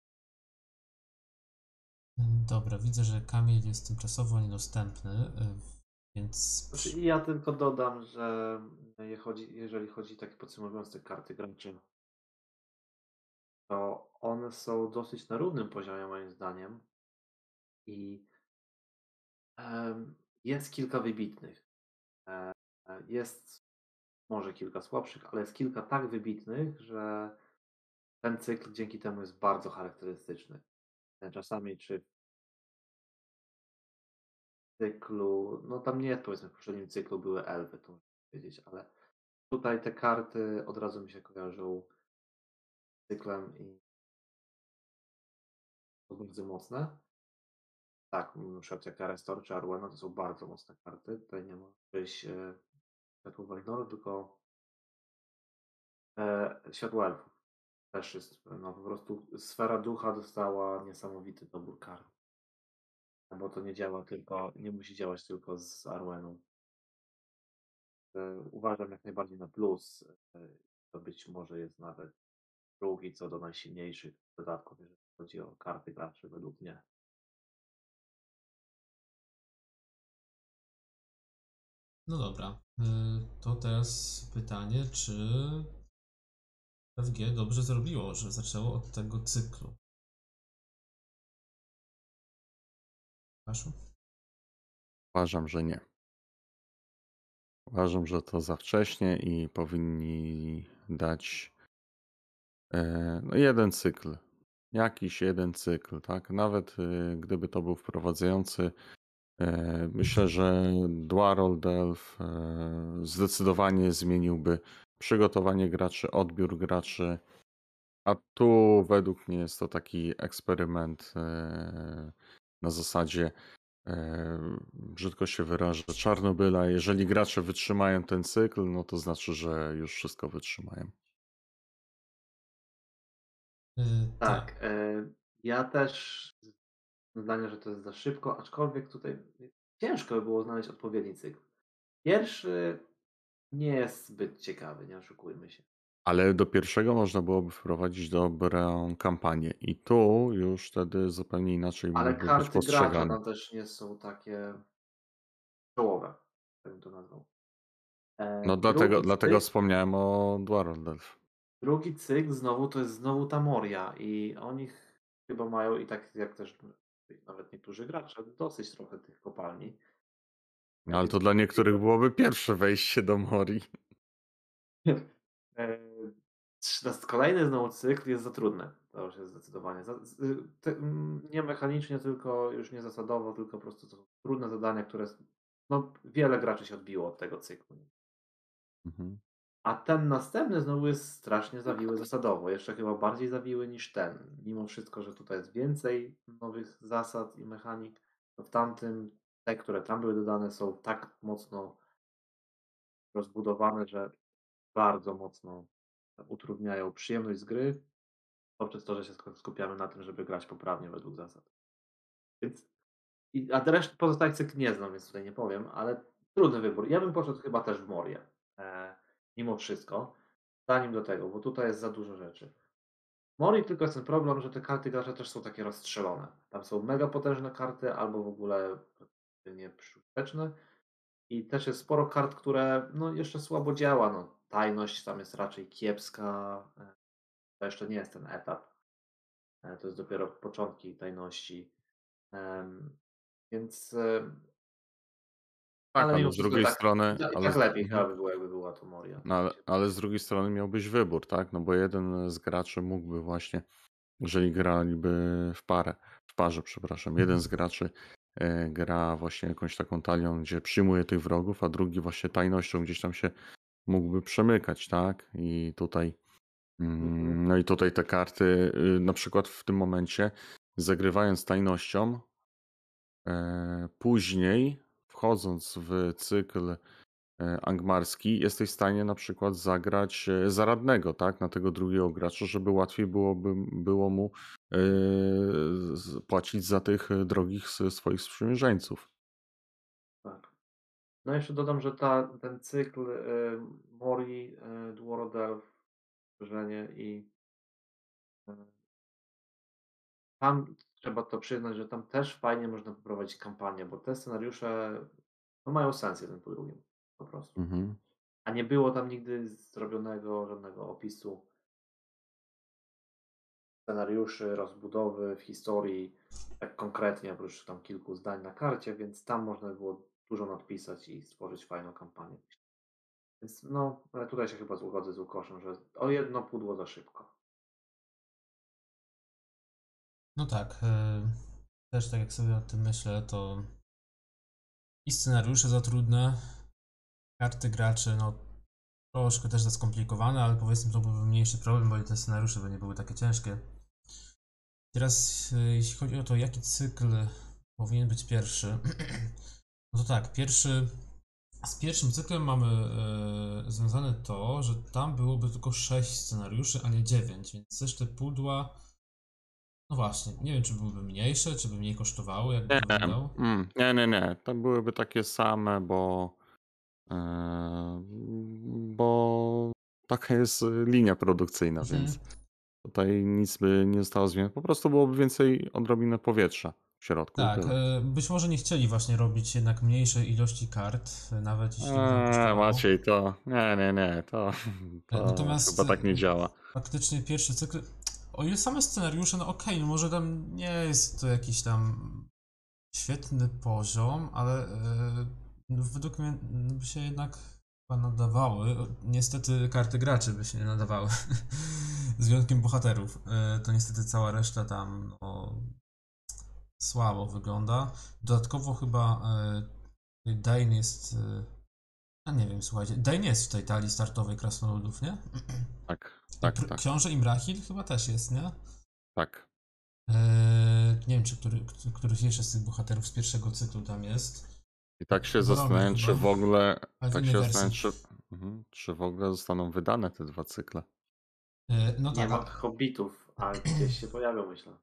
Dobra, widzę, że Kamil jest tymczasowo niedostępny, więc Znaczy, ja tylko dodam, że jeżeli chodzi takie podsumowując te karty graczy, to one są dosyć na równym poziomie moim zdaniem i jest kilka wybitnych. Jest może kilka słabszych, ale jest kilka tak wybitnych, że ten cykl dzięki temu jest bardzo charakterystyczny. Czasami czy w cyklu, no tam nie, powiedzmy w poprzednim cyklu były elfy, to można powiedzieć, ale tutaj te karty od razu mi się kojarzą z cyklem i są bardzo mocne. Tak, na przykład jak Arestor czy Arwena to są bardzo mocne karty. Tutaj nie ma jakiegoś światło Walinoru, tylko światło elfów. Też jest, no po prostu Sfera Ducha dostała niesamowity dobór kart. Bo to nie działa tylko, nie musi działać tylko z Arweną. Uważam jak najbardziej na plus. To być może jest nawet drugi co do najsilniejszych dodatków, jeżeli chodzi o karty graczy, według mnie. no dobra. To teraz pytanie, czy FG dobrze zrobiło, że zaczęło od tego cyklu? Paszu? Uważam, że nie. Uważam, że to za wcześnie i powinni dać no jeden cykl. Jakiś jeden cykl, tak? Nawet gdyby to był wprowadzający, myślę, że Dwarol Delve zdecydowanie zmieniłby przygotowanie graczy, odbiór graczy. A tu według mnie jest to taki eksperyment na zasadzie, brzydko się wyrażę, Czarnobyla. Jeżeli gracze wytrzymają ten cykl, no to znaczy, że już wszystko wytrzymają. Tak. Tak, ja też zdania, że to jest za szybko, aczkolwiek tutaj ciężko by było znaleźć odpowiedni cykl. Pierwszy nie jest zbyt ciekawy, nie oszukujmy się. Ale do pierwszego można byłoby wprowadzić dobrą kampanię i tu już wtedy zupełnie inaczej Ale mógłby być karty gracza postrzegany. tam też nie są takie czołowe, tak bym to nazwał. No Drugi dlatego cykl, wspomniałem o Dwarol Delve. drugi cykl znowu to jest znowu ta Moria i oni chyba mają i tak jak też nawet niektórzy gracze dosyć trochę tych kopalni. No, ale Więc to dla niektórych byłoby pierwsze wejście do Mori. E, Kolejny znowu cykl jest za trudny. To już jest zdecydowanie. Nie mechanicznie, tylko już nie zasadowo, tylko po prostu to są trudne zadania, które. No, wiele graczy się odbiło od tego cyklu. Mhm. A ten następny znowu jest strasznie zawiły zasadowo. Jeszcze chyba bardziej zawiły niż ten. Mimo wszystko, że tutaj jest więcej nowych zasad i mechanik, to w tamtym te, które tam były dodane, są tak mocno rozbudowane, że bardzo mocno utrudniają przyjemność z gry, poprzez to, że się skupiamy na tym, żeby grać poprawnie według zasad. Więc, a resztę pozostałych cykli nie znam, więc tutaj nie powiem, ale Trudny wybór. Ja bym poszedł chyba też w Morię, mimo wszystko, zanim do tego, bo tutaj jest za dużo rzeczy. Mori tylko jest ten problem, że te karty gracza też są takie rozstrzelone. Tam są mega potężne karty albo w ogóle nieprzyużyteczne i też jest sporo kart, które no, jeszcze słabo działa. No, tajność tam jest raczej kiepska. To jeszcze nie jest ten etap. To jest dopiero początki tajności. Więc Tak, ale mimo ale z wszystko drugiej strony, i tak lepiej chyba by było, jakby była to Moria. no, ale z drugiej strony miałbyś wybór, tak? No bo jeden z graczy mógłby właśnie, jeżeli graliby w parze, przepraszam, jeden z graczy gra właśnie jakąś taką talią, gdzie przyjmuje tych wrogów, a drugi właśnie tajnością gdzieś tam się mógłby przemykać, tak? I tutaj, Mhm. no i tutaj te karty, na przykład w tym momencie, zagrywając tajnością, później wchodząc w cykl angmarski, jesteś w stanie na przykład zagrać za radnego, tak, na tego drugiego gracza, żeby łatwiej było mu płacić za tych drogich swoich sprzymierzeńców. Tak. No jeszcze dodam, że ten cykl Mori, Dworodelf, Drżenie i y, tam trzeba to przyznać, że tam też fajnie można poprowadzić kampanię, bo te scenariusze no, mają sens jeden po drugim, po prostu. Mhm. A nie było tam nigdy zrobionego żadnego opisu scenariuszy, rozbudowy w historii, tak konkretnie, oprócz tam kilku zdań na karcie, więc tam można było dużo nadpisać i stworzyć fajną kampanię. Więc no, ale tutaj się chyba zgodzę z Łukaszem, że o jedno pudło za szybko. No tak, też tak jak sobie o tym myślę, to i scenariusze za trudne, karty graczy, no troszkę też za skomplikowane, ale powiedzmy to byłby mniejszy problem, bo i te scenariusze by nie były takie ciężkie. Teraz jeśli chodzi o to, jaki cykl powinien być pierwszy, no to tak, z pierwszym cyklem mamy związane to, że tam byłoby tylko 6 scenariuszy, a nie 9, więc też te pudła, no właśnie, nie wiem czy byłyby mniejsze, czy by mniej kosztowały, jakby Nie, to wyglądało. nie. To byłyby takie same, bo taka jest linia produkcyjna, Mhm. więc tutaj nic by nie zostało zmienione. Po prostu byłoby więcej odrobinę powietrza w środku i Tak, tyle. być może nie chcieli właśnie robić jednak mniejszej ilości kart, nawet jeśli by to kosztowało. Maciej, to nie, to Natomiast chyba tak nie działa. faktycznie pierwszy cykl, o ile same scenariusze, no okej, no może tam nie jest to jakiś tam świetny poziom, ale no według mnie by się jednak chyba nadawały. Niestety karty graczy by się nie nadawały. Z wyjątkiem bohaterów. To niestety cała reszta tam no, słabo wygląda. Dodatkowo chyba Dane jest. A nie wiem, słuchajcie. Dane jest w tej talii startowej krasnoludów, nie? Tak. Książę Imrahil chyba też jest, nie? Tak. Nie wiem, czy któryś jeszcze z tych bohaterów z pierwszego cyklu tam jest. I tak się Boromir zastanawiam, czy chyba, w ogóle, ale w tak innej się wersji. zastanawiam, czy w ogóle zostaną wydane te dwa cykle. No Nie tak, ma hobbitów, a gdzieś się pojawią, myślę.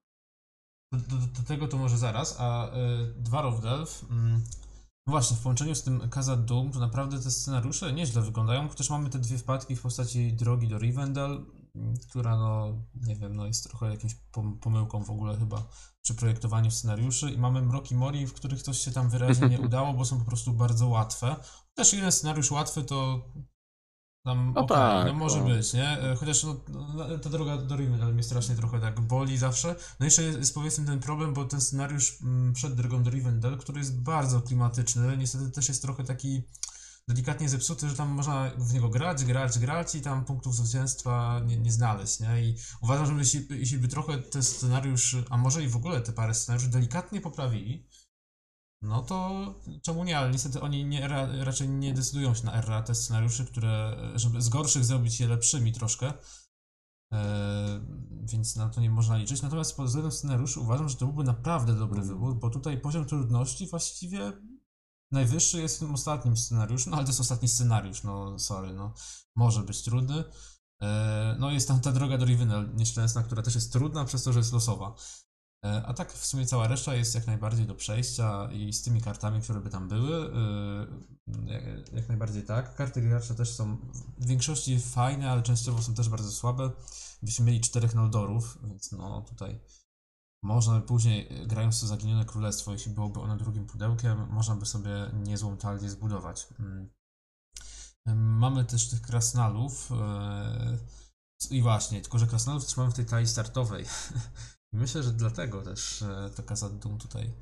do tego to może zaraz, a Dwarf Delf, no właśnie, w połączeniu z tym Khazad-dûm, to naprawdę te scenariusze nieźle wyglądają, chociaż mamy te dwie wpadki w postaci drogi do Rivendell, która no, nie wiem, no jest trochę jakimś pomyłką w ogóle chyba przy projektowaniu scenariuszy i mamy Mroki Mori, w których coś się tam wyraźnie nie udało, bo są po prostu bardzo łatwe. Też jeden scenariusz łatwy to tam No okej, tak, no może to być, nie? Chociaż ta droga do Rivendell mnie strasznie trochę tak boli zawsze. No jeszcze jest powiedzmy ten problem, bo ten scenariusz przed drogą do Rivendell, który jest bardzo klimatyczny, niestety też jest trochę taki delikatnie zepsuty, że tam można w niego grać i tam punktów zwycięstwa nie znaleźć, nie? I uważam, że jeśli by trochę ten scenariusz, a może i w ogóle te parę scenariuszy delikatnie poprawili, no to czemu nie, ale niestety oni raczej nie decydują się na RA te scenariusze, żeby z gorszych zrobić je lepszymi troszkę, więc na to nie można liczyć. Natomiast pod względem scenariuszy uważam, że to byłby naprawdę dobry wybór, bo tutaj poziom trudności właściwie najwyższy jest w tym ostatnim scenariuszu, no ale to jest ostatni scenariusz, no sorry, no może być trudny. No jest tam ta droga do Rivendell nieszczęsna, która też jest trudna przez to, że jest losowa. A tak w sumie cała reszta jest jak najbardziej do przejścia i z tymi kartami, które by tam były, jak najbardziej tak. Karty gracza też są w większości fajne, ale częściowo są też bardzo słabe. Byśmy mieli 4 Noldorów, więc no tutaj można by później, grając w to Zaginione Królestwo, jeśli byłoby ono drugim pudełkiem, można by sobie niezłą talię zbudować. Mamy też tych krasnalów. I właśnie, tylko że krasnalów też mamy w tej talii startowej. I myślę, że dlatego też to Khazad-dûm tutaj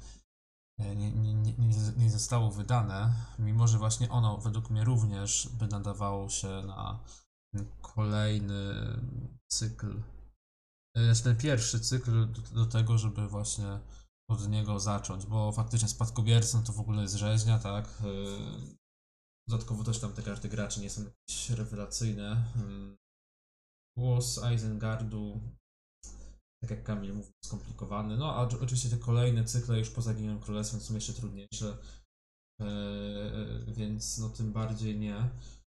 nie zostało wydane, mimo że właśnie ono według mnie również by nadawało się na kolejny cykl. Znaczy ten pierwszy cykl do tego, żeby właśnie od niego zacząć, bo faktycznie spadkobiercą to w ogóle jest rzeźnia, tak? Dodatkowo też tam te karty graczy nie są jakieś rewelacyjne. Głos Isengardu, tak jak Kamil mówił, skomplikowany. No a oczywiście te kolejne cykle już po Zaginionym Królestwem są jeszcze trudniejsze, więc no tym bardziej nie.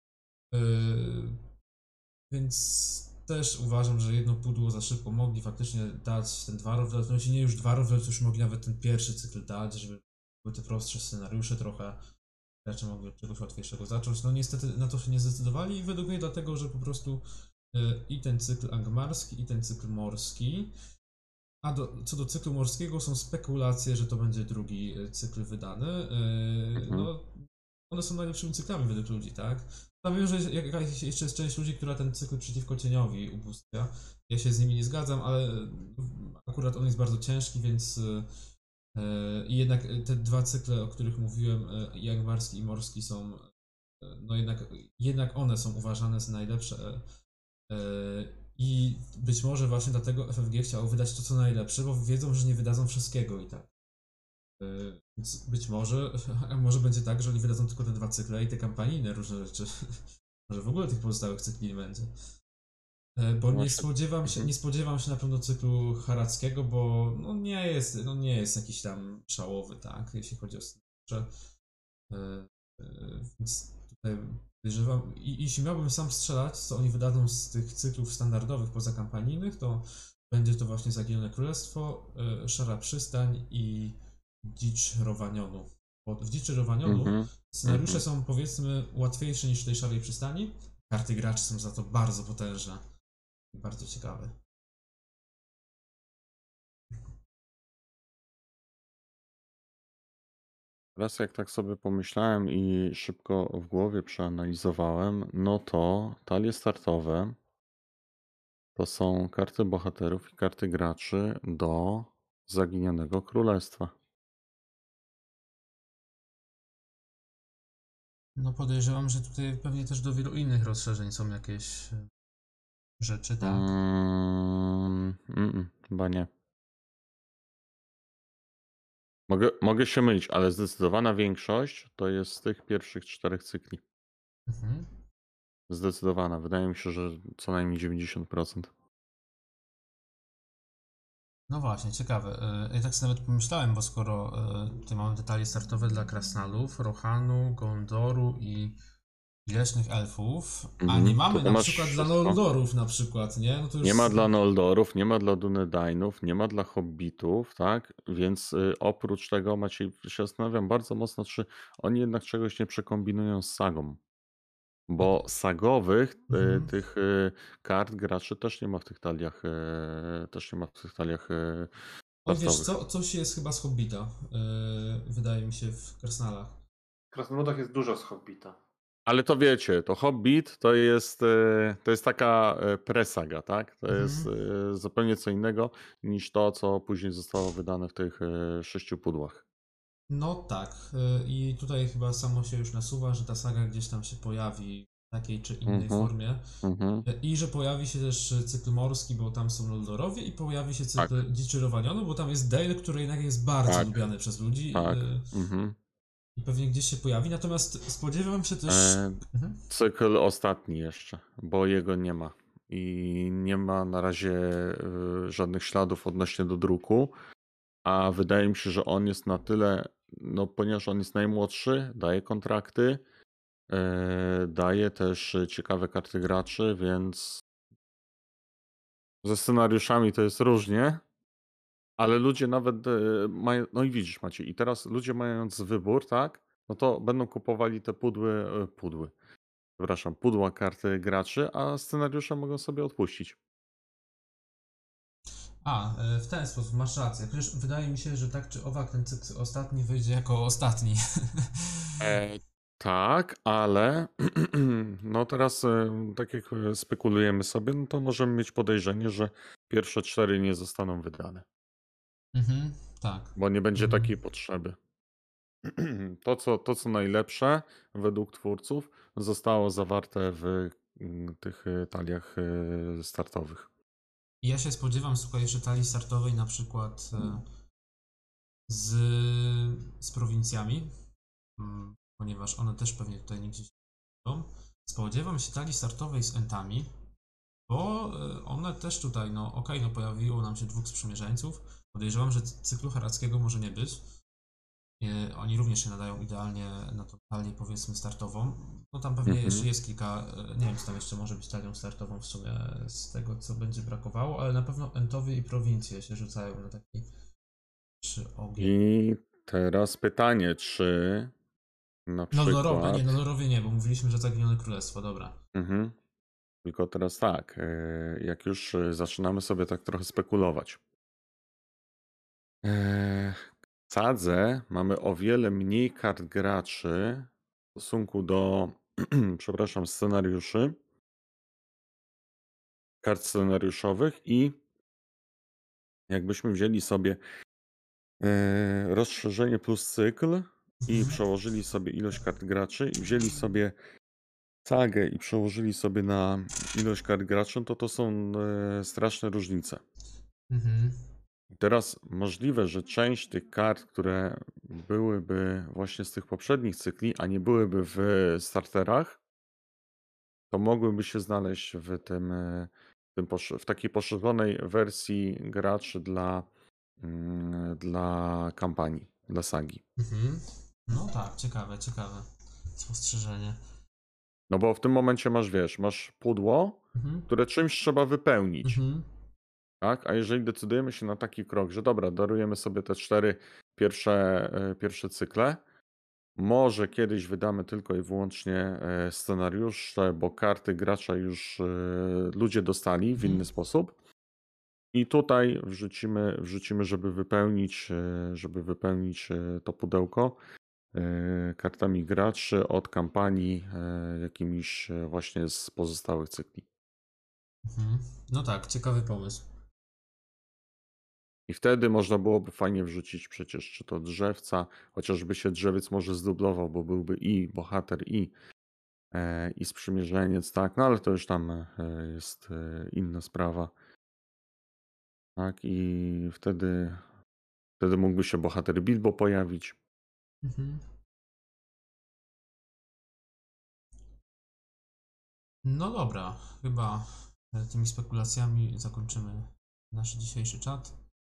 Więc też uważam, że jedno pudło za szybko mogli faktycznie dać ten Dwarf, no jeśli nie już Dwarf, to już mogli nawet ten pierwszy cykl dać, żeby były te prostsze scenariusze trochę. Gracze mogli od czegoś łatwiejszego zacząć. No niestety na to się nie zdecydowali i według mnie dlatego, że po prostu i ten cykl angmarski, i ten cykl morski. A co do cyklu morskiego są spekulacje, że to będzie drugi cykl wydany. No, one są najlepszymi cyklami według ludzi, tak? Tam wiem, że jeszcze jest część ludzi, która ten cykl przeciwko cieniowi ubóstwia. Ja się z nimi nie zgadzam, ale akurat on jest bardzo ciężki, więc i jednak te dwa cykle, o których mówiłem, i angmarski i morski są, no jednak one są uważane za najlepsze. I być może właśnie dlatego FFG chciało wydać to co najlepsze, bo wiedzą, że nie wydadzą wszystkiego i tak. Więc być może, a może będzie tak, że oni wydadzą tylko te dwa cykle i te kampanijne różne rzeczy. Może w ogóle tych pozostałych cykli nie będzie. Bo nie spodziewam się na pewno cyklu harackiego, bo no nie jest jakiś tam szałowy, tak, jeśli chodzi o scenariusze. Więc tutaj podejrzewam. I jeśli miałbym sam strzelać, co oni wydadzą z tych cyklów standardowych pozakampanijnych, to będzie to właśnie Zaginione Królestwo, Szara Przystań i Dzicz Rowanionu. Bo w Dziczy Rowanionu scenariusze są powiedzmy łatwiejsze niż w tej Szarej Przystani. Karty graczy są za to bardzo potężne i bardzo ciekawe. Teraz jak tak sobie pomyślałem i szybko w głowie przeanalizowałem, no to talie startowe to są karty bohaterów i karty graczy do Zaginionego Królestwa. No podejrzewam, że tutaj pewnie też do wielu innych rozszerzeń są jakieś rzeczy, tak? Chyba nie. Mogę się mylić, ale zdecydowana większość to jest z tych pierwszych 4 cykli. Zdecydowana. Wydaje mi się, że co najmniej 90%. No właśnie, ciekawe. Ja tak sobie nawet pomyślałem, bo skoro tutaj mamy detale startowe dla krasnalów, Rohanu, Gondoru i leśnych elfów, a nie mamy na przykład dla Noldorów na przykład, nie? No to już... Nie ma dla Noldorów, nie ma dla Dunedainów, nie ma dla Hobbitów, tak? Więc oprócz tego Maciej, się zastanawiam bardzo mocno, czy oni jednak czegoś nie przekombinują z sagą. Bo sagowych tych kart graczy też nie ma w tych taliach Oj, wiesz co, coś jest chyba z Hobbita, wydaje mi się, w Krasnalach. W Krasnoludach jest dużo z Hobbita. Ale to wiecie, to Hobbit to jest taka presaga, tak? To jest zupełnie co innego niż to, co później zostało wydane w tych 6 pudłach. No tak, i tutaj chyba samo się już nasuwa, że ta saga gdzieś tam się pojawi w takiej czy innej formie. I że pojawi się też cykl morski, bo tam są Noldorowie, i pojawi się cykl Dziczy Rowanionu, bo tam jest Dale, który jednak jest bardzo lubiany przez ludzi. I pewnie gdzieś się pojawi, natomiast spodziewam się też... Cykl ostatni jeszcze, bo jego nie ma. I nie ma na razie żadnych śladów odnośnie do druku. A wydaje mi się, że on jest na tyle, no ponieważ on jest najmłodszy, daje kontrakty, daje też ciekawe karty graczy, więc ze scenariuszami to jest różnie, Ale ludzie nawet mają, no i widzisz Maciej, i teraz ludzie mając wybór, tak, no to będą kupowali te pudła karty graczy, a scenariusze mogą sobie odpuścić. W ten sposób masz rację. Przecież wydaje mi się, że tak czy owak ten cykl ostatni wyjdzie jako ostatni. E, tak, ale no teraz tak jak spekulujemy sobie, no to możemy mieć podejrzenie, że pierwsze 4 nie zostaną wydane, Tak. bo nie będzie Mhm. takiej potrzeby. To, co najlepsze według twórców, zostało zawarte w tych taliach startowych. I ja się spodziewam, słuchaj, jeszcze talii startowej na przykład z, z prowincjami, ponieważ one też pewnie tutaj nigdzie się nie będą. Spodziewam się talii startowej z entami, bo one też tutaj, no okej, no pojawiło nam się 2 sprzymierzeńców. Podejrzewam, że cyklu harackiego może nie być. Oni również się nadają idealnie na tą talię, powiedzmy, startową. No tam pewnie jeszcze jest kilka, nie wiem, czy tam jeszcze może być talią startową w sumie z tego, co będzie brakowało, ale na pewno entowie i prowincje się rzucają na taki ogień. I teraz pytanie, czy na Nolorowe, przykład... Nolorowie nie, bo mówiliśmy, że Zaginione Królestwo, dobra. Tylko teraz tak, jak już zaczynamy sobie tak trochę spekulować. W Sadze mamy o wiele mniej kart graczy w stosunku do, przepraszam, scenariuszy, kart scenariuszowych i jakbyśmy wzięli sobie rozszerzenie plus cykl i przełożyli sobie ilość kart graczy i wzięli sobie sagę i przełożyli sobie na ilość kart graczy, to są straszne różnice. Teraz możliwe, że część tych kart, które byłyby właśnie z tych poprzednich cykli, a nie byłyby w starterach, to mogłyby się znaleźć w takiej poszerzonej wersji graczy dla kampanii, dla sagi. No tak, ciekawe spostrzeżenie. No bo w tym momencie masz pudło, które czymś trzeba wypełnić. Tak? A jeżeli decydujemy się na taki krok, że dobra, darujemy sobie te 4 pierwsze cykle, może kiedyś wydamy tylko i wyłącznie scenariusze, bo karty gracza już ludzie dostali w inny sposób. I tutaj wrzucimy, żeby wypełnić to pudełko kartami graczy od kampanii jakimiś właśnie z pozostałych cykli. No tak, ciekawy pomysł. I wtedy można byłoby fajnie wrzucić przecież czy to drzewca, chociażby się drzewiec może zdublował, bo byłby i bohater, i sprzymierzeniec, tak, no ale to już tam jest inna sprawa. Tak, i wtedy mógłby się bohater Bilbo pojawić. No dobra, chyba tymi spekulacjami zakończymy nasz dzisiejszy czat.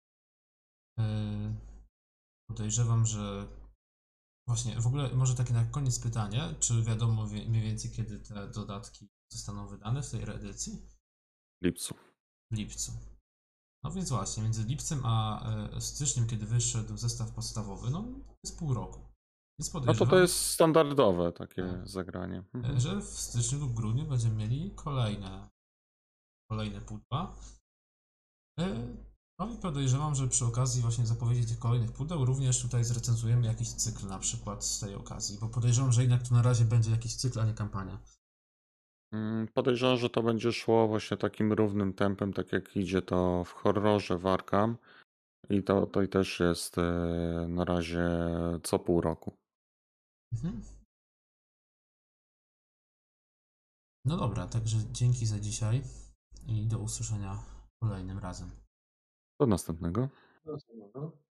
Podejrzewam, że właśnie, w ogóle może takie na koniec pytanie, czy wiadomo mniej więcej kiedy te dodatki zostaną wydane w tej reedycji? W lipcu. W lipcu. No więc właśnie, między lipcem a styczniem, kiedy wyszedł zestaw podstawowy, no jest pół roku. Więc No podejrzewam, to jest standardowe takie Tak. zagranie. że w styczniu lub grudniu będziemy mieli kolejne pudła. No i podejrzewam, że przy okazji właśnie zapowiedzi tych kolejnych pudeł również tutaj zrecenzujemy jakiś cykl na przykład z tej okazji, bo podejrzewam, że jednak to na razie będzie jakiś cykl, a nie kampania. Podejrzewam, że to będzie szło właśnie takim równym tempem, tak jak idzie to w horrorze w Arkham. I to i też jest na razie co pół roku. No dobra, także dzięki za dzisiaj i do usłyszenia kolejnym razem. Do następnego. No, co, no.